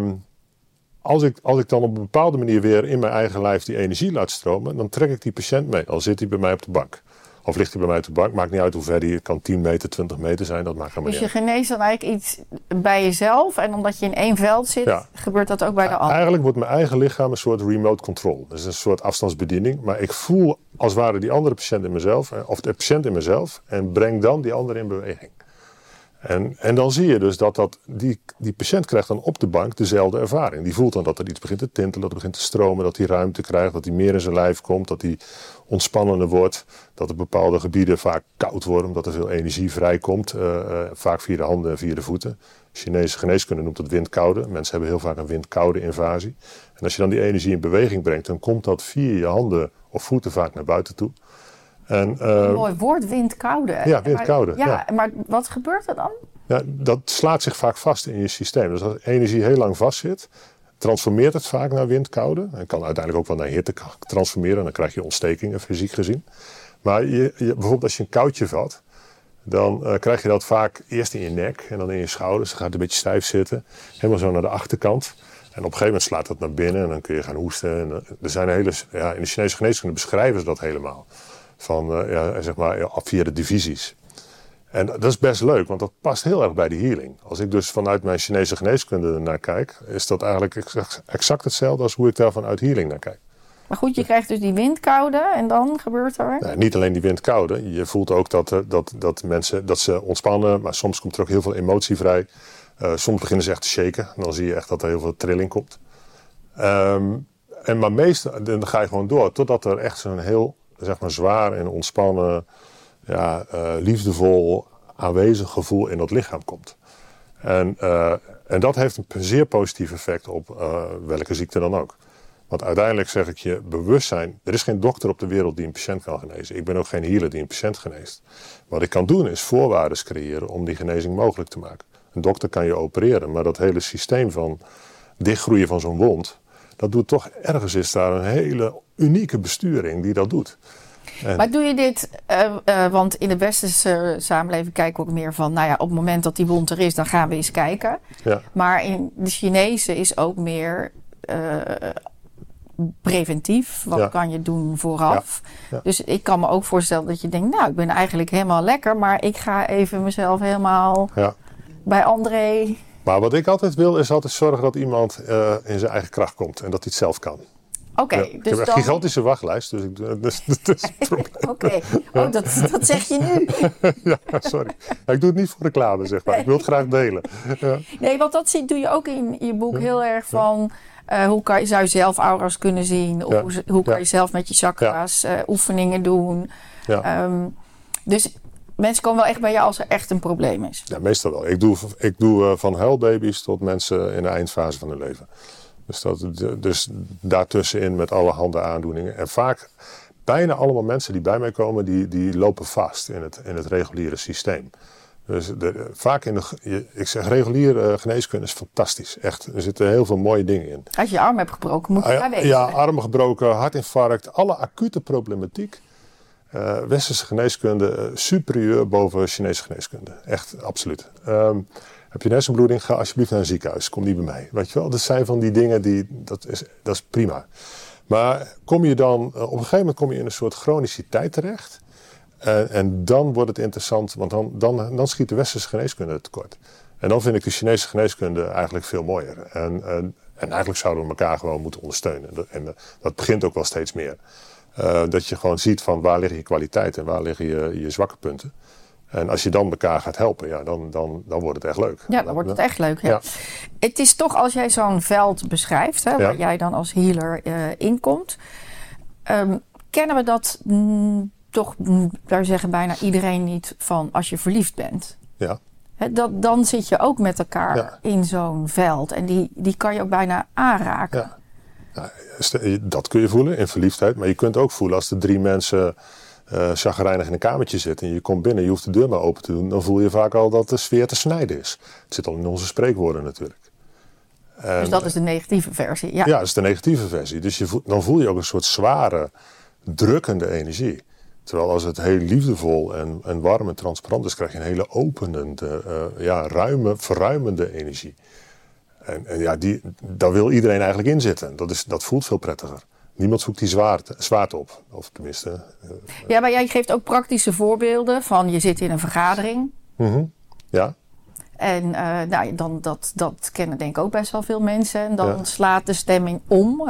als ik dan op een bepaalde manier weer in mijn eigen lijf die energie laat stromen, dan trek ik die patiënt mee. Al zit hij bij mij op de bank. Of ligt hij bij mij op de bank. Maakt niet uit hoe ver hij kan 10 meter, 20 meter zijn. Dat maakt helemaal niet uit. Dus je geneest dan eigenlijk iets bij jezelf. En omdat je in één veld zit, gebeurt dat ook bij de ander. Eigenlijk wordt mijn eigen lichaam een soort remote control. Dus een soort afstandsbediening. Maar ik voel als het ware die andere patiënt in mezelf. Of de patiënt in mezelf. En breng dan die andere in beweging. En dan zie je dus die patiënt krijgt dan op de bank dezelfde ervaring. Die voelt dan dat er iets begint te tintelen, dat er begint te stromen, dat hij ruimte krijgt, dat hij meer in zijn lijf komt, dat hij ontspannender wordt, dat er bepaalde gebieden vaak koud worden, omdat er veel energie vrijkomt, vaak via de handen en via de voeten. Chinese geneeskunde noemt het windkoude. Mensen hebben heel vaak een windkoude invasie. En als je dan die energie in beweging brengt, dan komt dat via je handen of voeten vaak naar buiten toe. Een mooi woord, windkoude. Ja, windkoude. Maar wat gebeurt er dan? Ja, dat slaat zich vaak vast in je systeem. Dus als energie heel lang vastzit, transformeert het vaak naar windkoude. En kan uiteindelijk ook wel naar hitte transformeren. Dan krijg je ontstekingen, fysiek gezien. Maar bijvoorbeeld als je een koudje vat, dan krijg je dat vaak eerst in je nek en dan in je schouders. Dan gaat het een beetje stijf zitten. Helemaal zo naar de achterkant. En op een gegeven moment slaat dat naar binnen en dan kun je gaan hoesten. En er zijn in de Chinese geneeskunde beschrijven ze dat helemaal. Via de divisies. En dat is best leuk, want dat past heel erg bij de healing. Als ik dus vanuit mijn Chinese geneeskunde naar kijk, is dat eigenlijk exact hetzelfde als hoe ik daar vanuit healing naar kijk. Maar goed, je krijgt dus die windkoude en dan gebeurt er? Nee, niet alleen die windkoude. Je voelt ook dat mensen dat ze ontspannen, maar soms komt er ook heel veel emotie vrij. Soms beginnen ze echt te shaken. Dan zie je echt dat er heel veel trilling komt. Maar meestal dan ga je gewoon door, totdat er echt zo'n heel zwaar en ontspannen, liefdevol aanwezig gevoel in dat lichaam komt. En dat heeft een zeer positief effect op welke ziekte dan ook. Want uiteindelijk zeg ik je, bewustzijn... Er is geen dokter op de wereld die een patiënt kan genezen. Ik ben ook geen healer die een patiënt geneest. Wat ik kan doen is voorwaarden creëren om die genezing mogelijk te maken. Een dokter kan je opereren, maar dat hele systeem van dichtgroeien van zo'n wond... dat doet toch, ergens is daar een hele unieke besturing die dat doet. Maar doe je dit, want in de westerse samenleving kijken we ook meer van... nou ja, op het moment dat die wond er is, dan gaan we eens kijken. Ja. Maar in de Chinese is ook meer preventief. Wat kan je doen vooraf? Ja. Dus ik kan me ook voorstellen dat je denkt... nou, ik ben eigenlijk helemaal lekker... maar ik ga even mezelf helemaal bij André... Maar wat ik altijd wil, is altijd zorgen dat iemand in zijn eigen kracht komt. En dat hij het zelf kan. Oké, dus ik heb een gigantische wachtlijst, dus dat is het probleem. Oké. Oh, dat zeg je nu. Ja, sorry. Ja, ik doe het niet voor reclame, zeg maar. Ik wil het graag delen. Ja. Nee, want dat doe je ook in je boek heel erg van... hoe zou je zelf aura's kunnen zien? Of hoe kan je zelf met je chakra's oefeningen doen? Ja. Dus mensen komen wel echt bij jou als er echt een probleem is. Ja, meestal wel. Ik doe van huilbaby's tot mensen in de eindfase van hun leven. Dus daartussenin met allerhande aandoeningen. En vaak, bijna allemaal mensen die bij mij komen, die lopen vast in het reguliere systeem. Dus vaak ik zeg reguliere geneeskunde is fantastisch. Echt, er zitten heel veel mooie dingen in. Als je je arm hebt gebroken, moet je daar weten. Ja, arm gebroken, hartinfarct, alle acute problematiek. Westerse geneeskunde superieur boven Chinese geneeskunde. Echt, absoluut. Heb je een hersenbloeding, ga alsjeblieft naar een ziekenhuis. Kom niet bij mij. Weet je wel, dat zijn van die dingen dat is prima. Maar kom je dan, op een gegeven moment kom je in een soort chroniciteit terecht. En dan wordt het interessant, want dan schiet de westerse geneeskunde tekort. En dan vind ik de Chinese geneeskunde eigenlijk veel mooier. En eigenlijk zouden we elkaar gewoon moeten ondersteunen. En dat begint ook wel steeds meer. Dat je gewoon ziet van waar liggen je kwaliteiten en waar liggen je zwakke punten. En als je dan elkaar gaat helpen, ja, dan wordt het echt leuk. Ja, dan wordt het echt leuk. Ja. Het is toch, als jij zo'n veld beschrijft, waar jij dan als healer inkomt, kennen we dat toch, daar zeggen bijna iedereen niet van als je verliefd bent. Ja. Dan zit je ook met elkaar in zo'n veld en die kan je ook bijna aanraken. Ja. Nou, dat kun je voelen in verliefdheid, maar je kunt ook voelen als er 3 mensen chagrijnig in een kamertje zitten en je komt binnen, je hoeft de deur maar open te doen, dan voel je vaak al dat de sfeer te snijden is. Het zit al in onze spreekwoorden natuurlijk. Dus dat is de negatieve versie. Ja, dat is de negatieve versie. Dus dan voel je ook een soort zware, drukkende energie. Terwijl als het heel liefdevol en warm en transparant is, krijg je een hele openende, ruime, verruimende energie. En daar wil iedereen eigenlijk in zitten. Dat voelt veel prettiger. Niemand zoekt die zwaarte op. Of tenminste. Ja, maar jij geeft ook praktische voorbeelden van je zit in een vergadering. Mm-hmm. Ja. En dat kennen denk ik ook best wel veel mensen. En dan slaat de stemming om.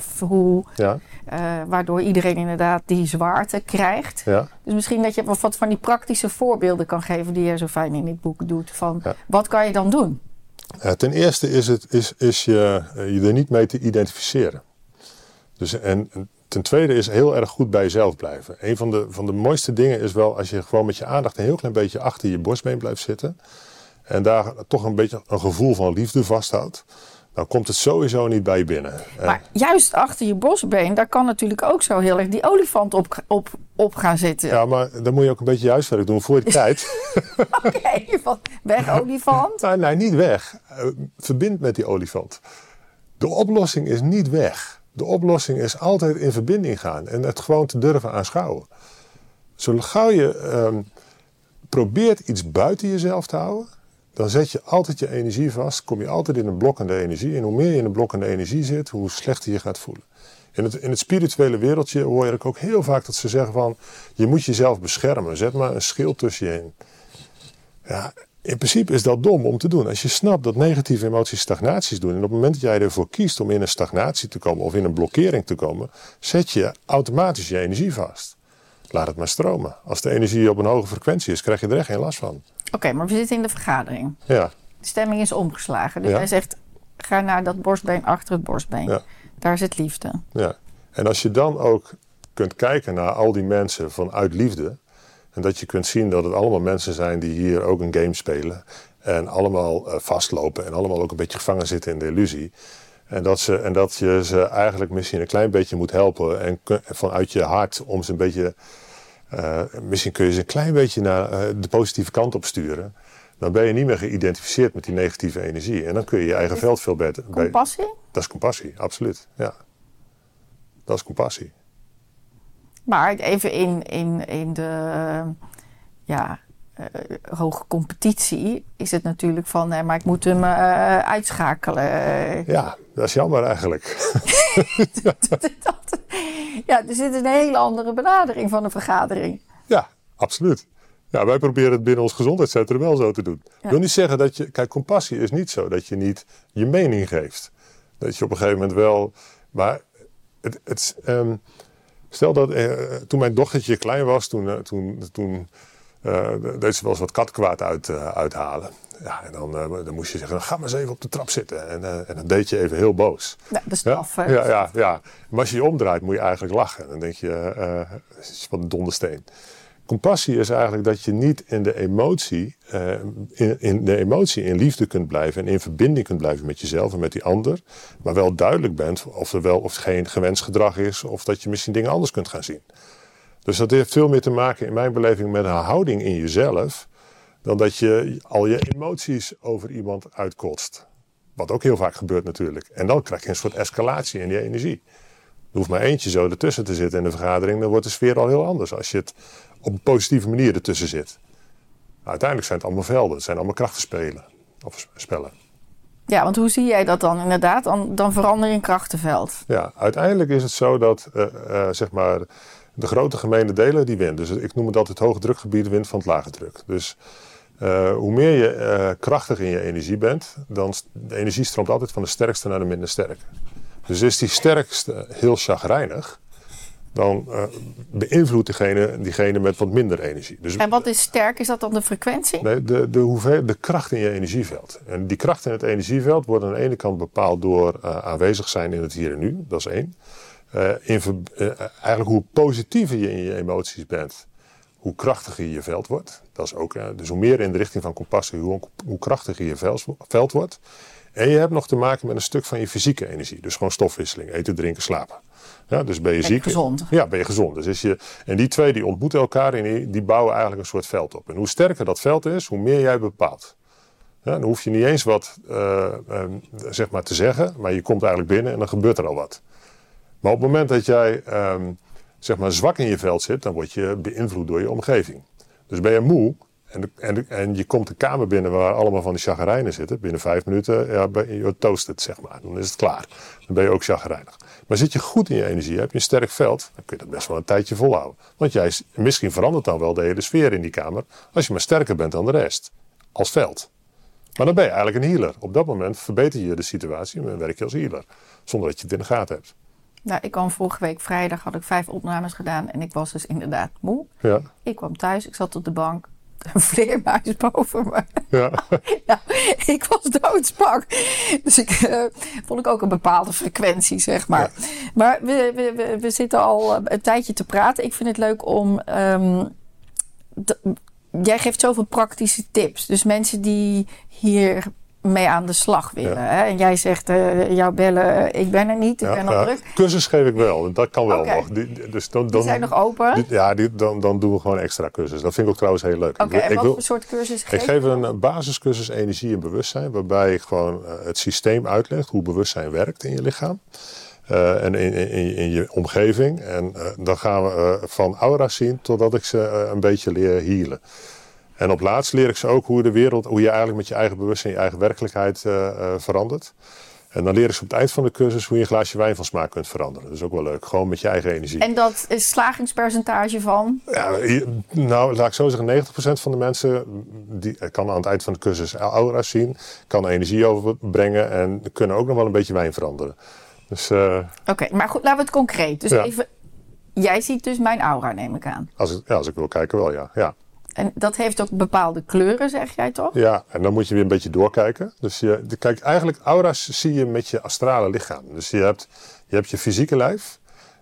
Waardoor iedereen inderdaad die zwaarte krijgt. Ja. Dus misschien dat je wat van die praktische voorbeelden kan geven die je zo fijn in dit boek doet. Van wat kan je dan doen? Ten eerste is je er niet mee te identificeren. Dus, en ten tweede is heel erg goed bij jezelf blijven. Een van de mooiste dingen is wel als je gewoon met je aandacht een heel klein beetje achter je borstbeen blijft zitten. En daar toch een beetje een gevoel van liefde vasthoudt. Dan komt het sowieso niet bij je binnen. Maar juist achter je borstbeen, daar kan natuurlijk ook zo heel erg die olifant op gaan zitten. Ja, maar dan moet je ook een beetje huiswerk doen voor die tijd. Oké, weg olifant? Nee, niet weg. Verbind met die olifant. De oplossing is niet weg. De oplossing is altijd in verbinding gaan en het gewoon te durven aanschouwen. Zo gauw je probeert iets buiten jezelf te houden, dan zet je altijd je energie vast, kom je altijd in een blokkende energie. En hoe meer je in een blokkende energie zit, hoe slechter je gaat voelen. In het spirituele wereldje hoor je ook heel vaak dat ze zeggen van, je moet jezelf beschermen, zet maar een schild tussen je in. Ja, in principe is dat dom om te doen. Als je snapt dat negatieve emoties stagnaties doen en op het moment dat jij ervoor kiest om in een stagnatie te komen of in een blokkering te komen, zet je automatisch je energie vast. Laat het maar stromen. Als de energie op een hoge frequentie is, krijg je er echt geen last van. Oké, maar we zitten in de vergadering. Ja. De stemming is omgeslagen. Dus hij zegt, ga naar dat borstbeen achter het borstbeen. Ja. Daar zit liefde. Ja. En als je dan ook kunt kijken naar al die mensen vanuit liefde, en dat je kunt zien dat het allemaal mensen zijn die hier ook een game spelen. En allemaal vastlopen en allemaal ook een beetje gevangen zitten in de illusie. En dat je ze eigenlijk misschien een klein beetje moet helpen. En vanuit je hart om ze een beetje... misschien kun je ze een klein beetje naar de positieve kant op sturen. Dan ben je niet meer geïdentificeerd met die negatieve energie. En dan kun je je eigen veld veel beter... Compassie? Dat is compassie, absoluut. Ja. Dat is compassie. Maar even in de hoge competitie is het natuurlijk van... maar ik moet hem uitschakelen. Ja, dat is jammer eigenlijk. Ja, er zit een hele andere benadering van een vergadering. Ja, absoluut. Ja, wij proberen het binnen ons gezondheidscentrum wel zo te doen. Ja. Ik wil niet zeggen dat je... Kijk, compassie is niet zo dat je niet je mening geeft. Dat je op een gegeven moment wel... Maar stel dat toen mijn dochtertje klein was, toen deed ze wel eens wat katkwaad uithalen. Ja, en dan moest je zeggen, ga maar eens even op de trap zitten. En dan deed je even heel boos. Ja, de straf. Ja. Maar als je je omdraait, moet je eigenlijk lachen. Dan denk je, het is wat een dondersteen. Compassie is eigenlijk dat je niet in de emotie, in liefde kunt blijven en in verbinding kunt blijven met jezelf en met die ander. Maar wel duidelijk bent of er wel of geen gewenst gedrag is of dat je misschien dingen anders kunt gaan zien. Dus dat heeft veel meer te maken in mijn beleving met een houding in jezelf dan dat je al je emoties over iemand uitkotst. Wat ook heel vaak gebeurt natuurlijk. En dan krijg je een soort escalatie in die energie. Er hoeft maar eentje zo ertussen te zitten in de vergadering, dan wordt de sfeer al heel anders als je het op een positieve manier ertussen zit. Uiteindelijk zijn het allemaal velden, het zijn allemaal krachtenspellen. Ja, want hoe zie jij dat dan inderdaad? Dan verander je een krachtenveld. Ja, uiteindelijk is het zo dat zeg maar de grote gemene deler die wint. Dus ik noem het hoge drukgebied wint van het lage druk. Dus hoe meer je krachtig in je energie bent, dan de energie stroomt altijd van de sterkste naar de minder sterke. Dus is die sterkste heel chagrijnig, dan beïnvloedt diegene met wat minder energie. Dus, en wat is sterk? Is dat dan de frequentie? Nee, de kracht in je energieveld. En die kracht in het energieveld wordt aan de ene kant bepaald door aanwezig zijn in het hier en nu. Dat is één. Eigenlijk hoe positiever je in je emoties bent, hoe krachtiger je veld wordt. Dat is ook, dus hoe meer in de richting van compassie, hoe krachtiger je veld wordt. En je hebt nog te maken met een stuk van je fysieke energie. Dus gewoon stofwisseling, eten, drinken, slapen. Ja, dus ben je ziek. Gezond. Ja, ben je gezond. Dus en die twee die ontmoeten elkaar en die bouwen eigenlijk een soort veld op. En hoe sterker dat veld is, hoe meer jij bepaalt. Ja, dan hoef je niet eens wat zeg maar te zeggen, maar je komt eigenlijk binnen en dan gebeurt er al wat. Maar op het moment dat jij zeg maar zwak in je veld zit, dan word je beïnvloed door je omgeving. Dus ben je moe en je komt de kamer binnen waar allemaal van die chagrijnen zitten. Binnen 5 minuten, je toasted, zeg maar. Dan is het klaar. Dan ben je ook chagrijnig. Maar zit je goed in je energie, heb je een sterk veld, dan kun je dat best wel een tijdje volhouden. Want misschien verandert dan wel de hele sfeer in die kamer, als je maar sterker bent dan de rest. Als veld. Maar dan ben je eigenlijk een healer. Op dat moment verbeter je de situatie en dan werk je als healer. Zonder dat je het in de gaten hebt. Nou, ik kwam vorige week vrijdag, had ik 5 opnames gedaan en ik was dus inderdaad moe. Ja. Ik kwam thuis, ik zat op de bank, een vleermuis boven me. Ja. Nou, ik was doodsbang. Dus vond ik ook een bepaalde frequentie, zeg maar. Ja. Maar we zitten al een tijdje te praten. Ik vind het leuk om... jij geeft zoveel praktische tips. Dus mensen die hier mee aan de slag willen. Ja. Hè? En jij zegt, jou bellen, ik ben er niet, ik ben al druk. Cursus geef ik wel, dat kan wel nog. Die zijn nog open? Dan doen we gewoon extra cursus. Dat vind ik ook trouwens heel leuk. En wat voor soort cursus geef je? Ik geef een basiscursus energie en bewustzijn, waarbij ik gewoon het systeem uitleg, hoe bewustzijn werkt in je lichaam. En in je omgeving. En dan gaan we van aura's zien totdat ik ze een beetje leer healen. En op laatst leer ik ze ook hoe je eigenlijk met je eigen bewustzijn je eigen werkelijkheid verandert. En dan leer ik ze op het eind van de cursus hoe je een glaasje wijn van smaak kunt veranderen. Dat is ook wel leuk, gewoon met je eigen energie. En dat is slagingspercentage van? Ja, nou, laat ik zo zeggen, 90% van de mensen die kan aan het eind van de cursus aura's zien, kan energie overbrengen en kunnen ook nog wel een beetje wijn veranderen. Dus, Oké, maar goed, laten we het concreet. Dus even, jij ziet dus mijn aura, neem ik aan. Als ik wil kijken wel, ja. En dat heeft ook bepaalde kleuren, zeg jij toch? Ja, en dan moet je weer een beetje doorkijken. Dus kijk, eigenlijk aura's zie je met je astrale lichaam. Dus je hebt je fysieke lijf.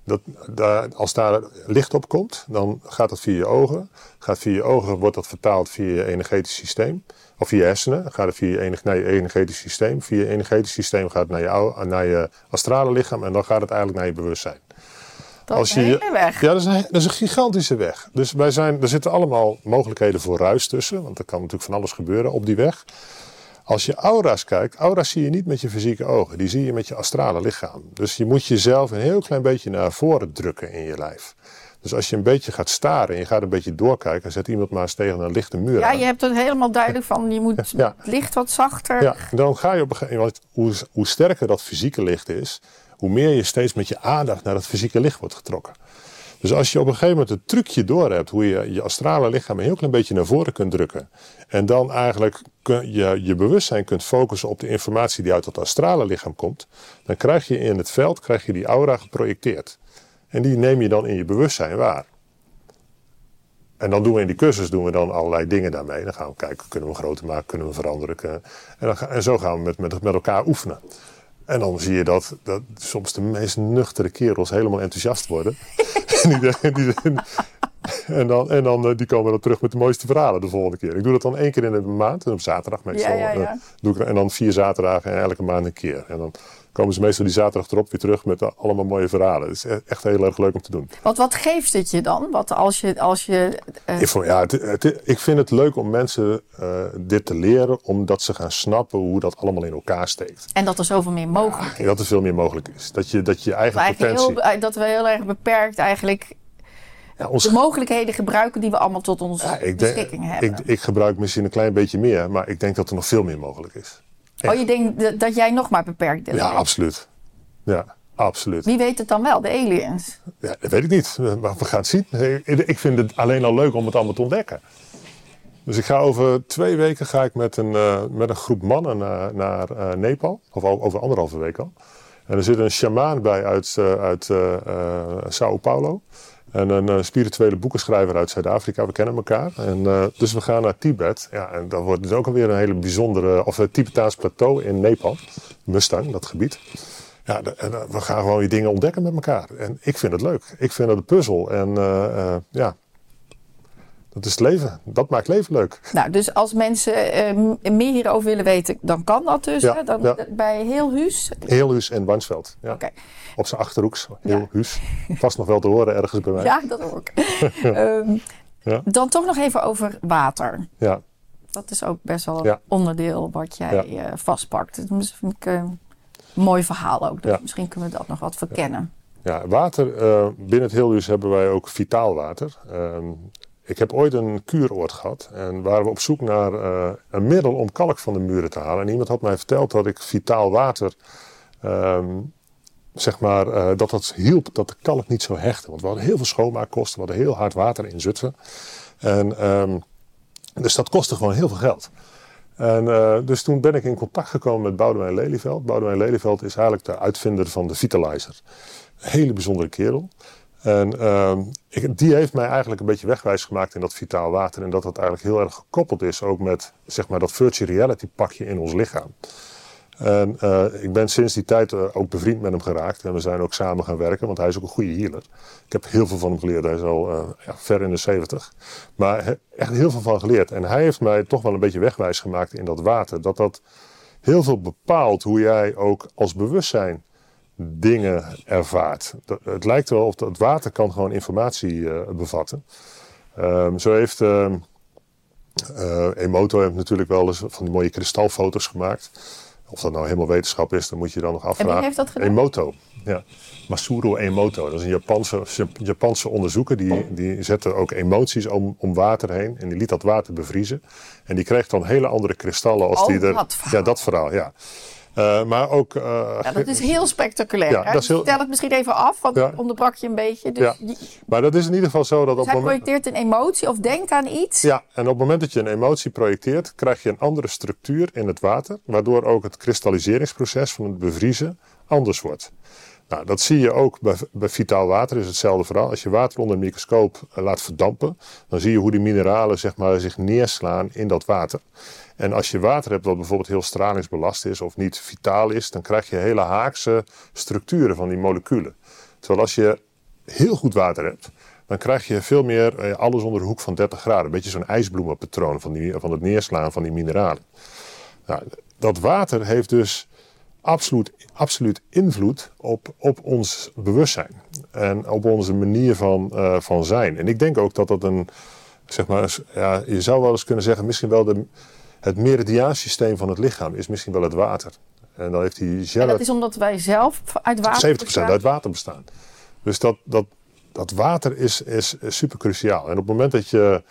Als daar licht op komt, dan gaat dat via je ogen. Wordt dat vertaald via je energetisch systeem. Of via je hersenen. Dan gaat het naar je energetisch systeem. Via je energetisch systeem gaat het naar je astrale lichaam. En dan gaat het eigenlijk naar je bewustzijn. Dat is een hele weg. Ja, dat is een gigantische weg. Dus er zitten allemaal mogelijkheden voor ruis tussen. Want er kan natuurlijk van alles gebeuren op die weg. Als je aura's kijkt, aura's zie je niet met je fysieke ogen. Die zie je met je astrale lichaam. Dus je moet jezelf een heel klein beetje naar voren drukken in je lijf. Dus als je een beetje gaat staren en je gaat een beetje doorkijken, zet iemand maar eens tegen een lichte muur aan. Je hebt het helemaal duidelijk van, je moet het licht wat zachter. Ja, en dan ga je op een gegeven moment, hoe sterker dat fysieke licht is, hoe meer je steeds met je aandacht naar het fysieke licht wordt getrokken. Dus als je op een gegeven moment het trucje door hebt hoe je je astrale lichaam een heel klein beetje naar voren kunt drukken. En dan eigenlijk je bewustzijn kunt focussen op de informatie die uit dat astrale lichaam komt. Dan krijg je in het veld die aura geprojecteerd. En die neem je dan in je bewustzijn waar. En dan doen we in die cursus allerlei dingen daarmee. Dan gaan we kijken, kunnen we groter maken, kunnen we veranderen. En zo gaan we met elkaar oefenen. En dan zie je dat soms de meest nuchtere kerels helemaal enthousiast worden. Die komen dan terug met de mooiste verhalen de volgende keer. Ik doe dat dan 1 keer in de maand, op zaterdag meestal. Doe ik, en dan 4 zaterdagen en elke maand een keer. En dan komen ze meestal die zaterdag erop weer terug met allemaal mooie verhalen. Het is echt heel erg leuk om te doen. Want wat geeft het je dan? Ik vind het leuk om mensen dit te leren, omdat ze gaan snappen hoe dat allemaal in elkaar steekt. En dat er zoveel meer mogelijk is. Dat er veel meer mogelijk is. Dat je eigen potentie... Dat we heel erg beperkt eigenlijk de mogelijkheden gebruiken die we allemaal tot onze beschikking hebben. Ik gebruik misschien een klein beetje meer, maar ik denk dat er nog veel meer mogelijk is. Echt. Je denkt dat jij nog maar beperkt bent? Ja, absoluut. Ja, absoluut. Wie weet het dan wel? De aliens? Ja, dat weet ik niet. Maar we gaan het zien. Ik vind het alleen al leuk om het allemaal te ontdekken. Dus ik ga over 2 weken met een groep mannen naar Nepal. Of over 1,5 week al. En er zit een sjamaan bij uit Sao Paulo. En een spirituele boekenschrijver uit Zuid-Afrika. We kennen elkaar. Dus we gaan naar Tibet. Ja, en dan wordt het ook alweer een hele bijzondere... Of het Tibetaans plateau in Nepal. Mustang, dat gebied. Ja, we gaan gewoon die dingen ontdekken met elkaar. En ik vind het leuk. Ik vind het een puzzel. En dat is het leven. Dat maakt leven leuk. Nou, dus als mensen meer hierover willen weten, dan kan dat dus. Ja, hè? Bij Heelhuis? Heelhuis en Warnsveld. Ja. Okay. Op zijn Achterhoeks. Heelhuis. Vast nog wel te horen ergens bij mij. Ja, dat hoor ik. Dan toch nog even over water. Ja. Dat is ook best wel een onderdeel wat jij vastpakt. Dat vind ik een mooi verhaal ook. Dus misschien kunnen we dat nog wat verkennen. Ja, water. Binnen het Heelhuis hebben wij ook vitaal water. Ik heb ooit een kuuroord gehad en waren we op zoek naar een middel om kalk van de muren te halen. En iemand had mij verteld dat ik vitaal water, dat hielp dat de kalk niet zo hechtte. Want we hadden heel veel schoonmaakkosten, we hadden heel hard water in Zutphen. Dus dat kostte gewoon heel veel geld. Dus toen ben ik in contact gekomen met Boudewijn Lelyveld. Boudewijn Lelyveld is eigenlijk de uitvinder van de Vitalizer. Een hele bijzondere kerel. En die heeft mij eigenlijk een beetje wegwijs gemaakt in dat vitaal water. En dat eigenlijk heel erg gekoppeld is ook met dat virtual reality pakje in ons lichaam. En ik ben sinds die tijd ook bevriend met hem geraakt. En we zijn ook samen gaan werken, want hij is ook een goede healer. Ik heb heel veel van hem geleerd. Hij is al ver in de 70. Maar echt heel veel van geleerd. En hij heeft mij toch wel een beetje wegwijs gemaakt in dat water. Dat heel veel bepaalt hoe jij ook als bewustzijn dingen ervaart. Het lijkt wel of het water kan gewoon informatie bevatten. Zo heeft Emoto heeft natuurlijk wel eens van die mooie kristalfoto's gemaakt. Of dat nou helemaal wetenschap is, dan moet je dan nog afvragen. En wie heeft dat gedaan? Emoto, ja. Masaru Emoto, dat is een Japanse onderzoeker. Die zette ook emoties om water heen. En die liet dat water bevriezen. En die kreeg dan hele andere kristallen als dat verhaal, ja. Maar ook... dat is heel spectaculair. Ja, stel het misschien even af, want ik onderbrak je een beetje. Dus maar dat is in ieder geval zo dat... hij projecteert een emotie of denkt aan iets. Ja, en op het moment dat je een emotie projecteert, krijg je een andere structuur in het water. Waardoor ook het kristalliseringsproces van het bevriezen anders wordt. Nou, dat zie je ook bij vitaal water, is hetzelfde verhaal. Als je water onder een microscoop laat verdampen, dan zie je hoe die mineralen zich neerslaan in dat water. En als je water hebt dat bijvoorbeeld heel stralingsbelast is of niet vitaal is, dan krijg je hele haakse structuren van die moleculen. Terwijl als je heel goed water hebt, dan krijg je veel meer alles onder de hoek van 30 graden. Een beetje zo'n ijsbloemenpatroon van het neerslaan van die mineralen. Nou, dat water heeft dus absoluut invloed op ons bewustzijn. En op onze manier van zijn. En ik denk ook dat dat je zou wel eens kunnen zeggen, misschien wel het meridiaansysteem van het lichaam is misschien wel het water. En dan heeft die En dat is omdat wij zelf uit water 70% uit water bestaan. Dus dat water is super cruciaal. En op het moment dat je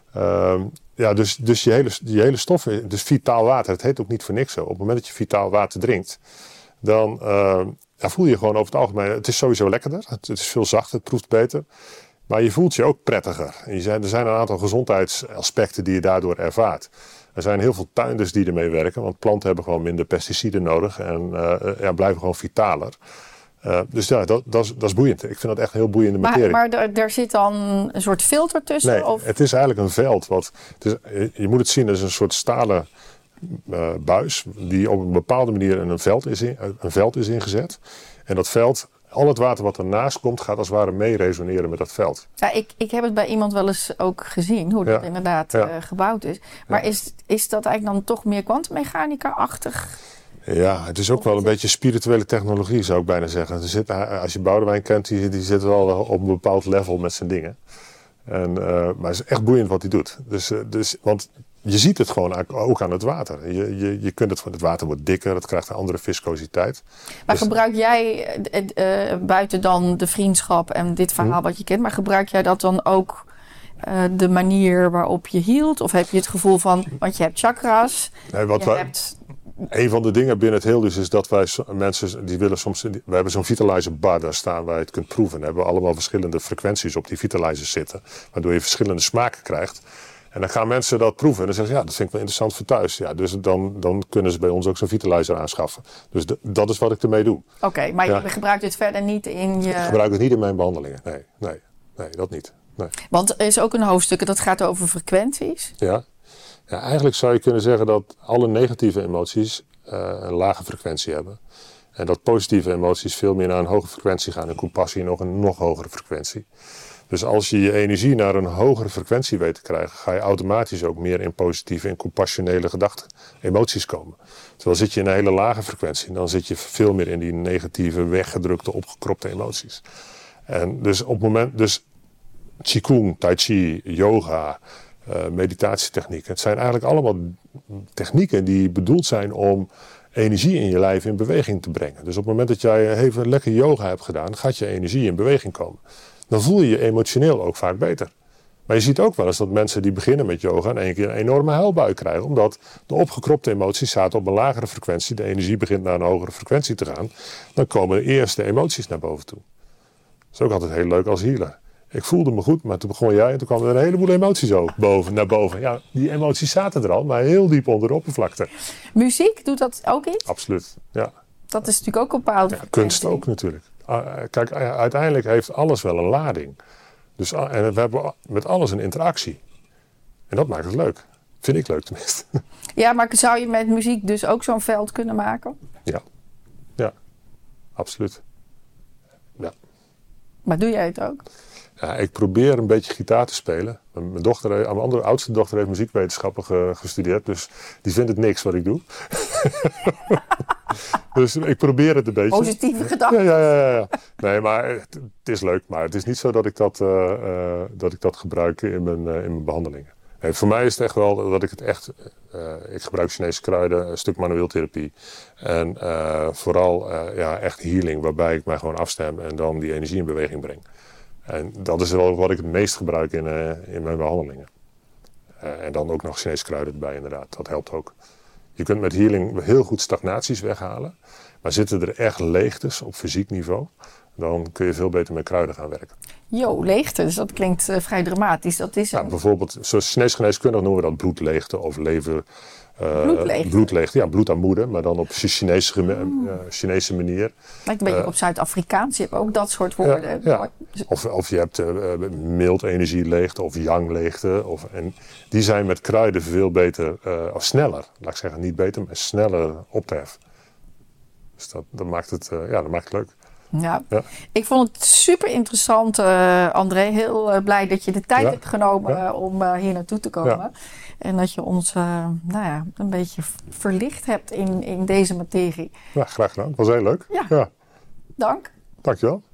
dus je hele stof, dus vitaal water, het heet ook niet voor niks zo. Op het moment dat je vitaal water drinkt, dan voel je gewoon over het algemeen, het is sowieso lekkerder, het is veel zachter, het proeft beter. Maar je voelt je ook prettiger. En er zijn een aantal gezondheidsaspecten die je daardoor ervaart. Er zijn heel veel tuinders die ermee werken, want planten hebben gewoon minder pesticiden nodig en blijven gewoon vitaler. Dus ja, dat is boeiend. Ik vind dat echt een heel boeiende materie. Maar er zit dan een soort filter tussen? Nee, of? Het is eigenlijk een veld. Je moet het zien als een soort stalen buis die op een bepaalde manier in een veld is ingezet. En dat veld, al het water wat ernaast komt, gaat als het ware mee resoneren met dat veld. Ja, ik heb het bij iemand wel eens ook gezien, hoe dat inderdaad gebouwd is. Maar is dat eigenlijk dan toch meer kwantummechanica-achtig? Ja, het is ook wel een beetje spirituele technologie, zou ik bijna zeggen. Als je Boudewijn kent, die zit wel op een bepaald level met zijn dingen. Maar het is echt boeiend wat hij doet. Want je ziet het gewoon ook aan het water. Je kunt het water wordt dikker, het krijgt een andere viscositeit. Maar gebruik jij, buiten dan de vriendschap en dit verhaal wat je kent, maar gebruik jij dat dan ook de manier waarop je hield? Of heb je het gevoel van, want je hebt chakra's, een van de dingen binnen het Heeldus is dat wij mensen die willen soms. We hebben zo'n vitalizer bar daar staan waar je het kunt proeven. We hebben allemaal verschillende frequenties op die vitalizers zitten. Waardoor je verschillende smaken krijgt. En dan gaan mensen dat proeven. En dan zeggen ze, dat vind ik wel interessant voor thuis. Ja, dus dan kunnen ze bij ons ook zo'n vitalizer aanschaffen. Dus dat is wat ik ermee doe. Oké, maar je gebruikt het verder niet in je... Ik gebruik het niet in mijn behandelingen. Nee, dat niet. Nee. Want er is ook een hoofdstuk dat gaat over frequenties. Ja, eigenlijk zou je kunnen zeggen dat alle negatieve emoties een lage frequentie hebben. En dat positieve emoties veel meer naar een hoge frequentie gaan. En compassie nog een nog hogere frequentie. Dus als je je energie naar een hogere frequentie weet te krijgen, ga je automatisch ook meer in positieve en compassionele gedachten, emoties komen. Terwijl zit je in een hele lage frequentie, dan zit je veel meer in die negatieve, weggedrukte, opgekropte emoties. En dus op het moment, Qigong, Tai Chi, yoga, meditatietechnieken. Het zijn eigenlijk allemaal technieken die bedoeld zijn om energie in je lijf in beweging te brengen. Dus op het moment dat jij even lekker yoga hebt gedaan, gaat je energie in beweging komen. Dan voel je je emotioneel ook vaak beter. Maar je ziet ook wel eens dat mensen die beginnen met yoga in één keer een enorme huilbui krijgen. Omdat de opgekropte emoties zaten op een lagere frequentie. De energie begint naar een hogere frequentie te gaan. Dan komen de eerste emoties naar boven toe. Dat is ook altijd heel leuk als healer. Ik voelde me goed, maar toen begon jij en toen kwamen er een heleboel emoties naar boven. Ja, die emoties zaten er al, maar heel diep onder de oppervlakte. Muziek, doet dat ook iets? Absoluut, ja. Dat is natuurlijk ook een bepaalde frequentie. Kunst ook natuurlijk. Kijk, uiteindelijk heeft alles wel een lading. Dus, en we hebben met alles een interactie. En dat maakt het leuk. Vind ik leuk tenminste. Ja, maar zou je met muziek dus ook zo'n veld kunnen maken? Ja, absoluut. Ja. Maar doe jij het ook? Ja, ik probeer een beetje gitaar te spelen. Mijn oudste dochter heeft muziekwetenschappen gestudeerd. Dus die vindt het niks wat ik doe. Dus ik probeer het een beetje. Positieve gedachten. Ja. Nee, maar het is leuk. Maar het is niet zo dat ik dat gebruik in mijn behandelingen. Nee, voor mij is het echt wel dat ik het echt... ik gebruik Chinese kruiden, een stuk manueeltherapie. En vooral echt healing, waarbij ik mij gewoon afstem en dan die energie in beweging breng. En dat is wel wat ik het meest gebruik in mijn behandelingen. En dan ook nog Chinese kruiden erbij inderdaad. Dat helpt ook. Je kunt met healing heel goed stagnaties weghalen. Maar zitten er echt leegtes op fysiek niveau, dan kun je veel beter met kruiden gaan werken. Leegtes, dat klinkt vrij dramatisch. Dat is bijvoorbeeld, zoals Chinese geneeskundig noemen we dat bloedleegte of lever... bloedleegte, ja, bloedarmoede, maar dan op Chinese manier. Lijkt een beetje op Zuid-Afrikaans, je hebt ook dat soort woorden. Ja. Of je hebt mild energieleegte of yang-leegte. En die zijn met kruiden veel beter, of sneller, laat ik zeggen, niet beter, maar sneller op te heffen. Dus dat maakt het leuk. Ja. Ik vond het super interessant, André. Heel blij dat je de tijd hebt genomen om hier naartoe te komen. Ja. En dat je ons een beetje verlicht hebt in deze materie. Ja, graag gedaan. Het was heel leuk. Ja. Dank. Dankjewel.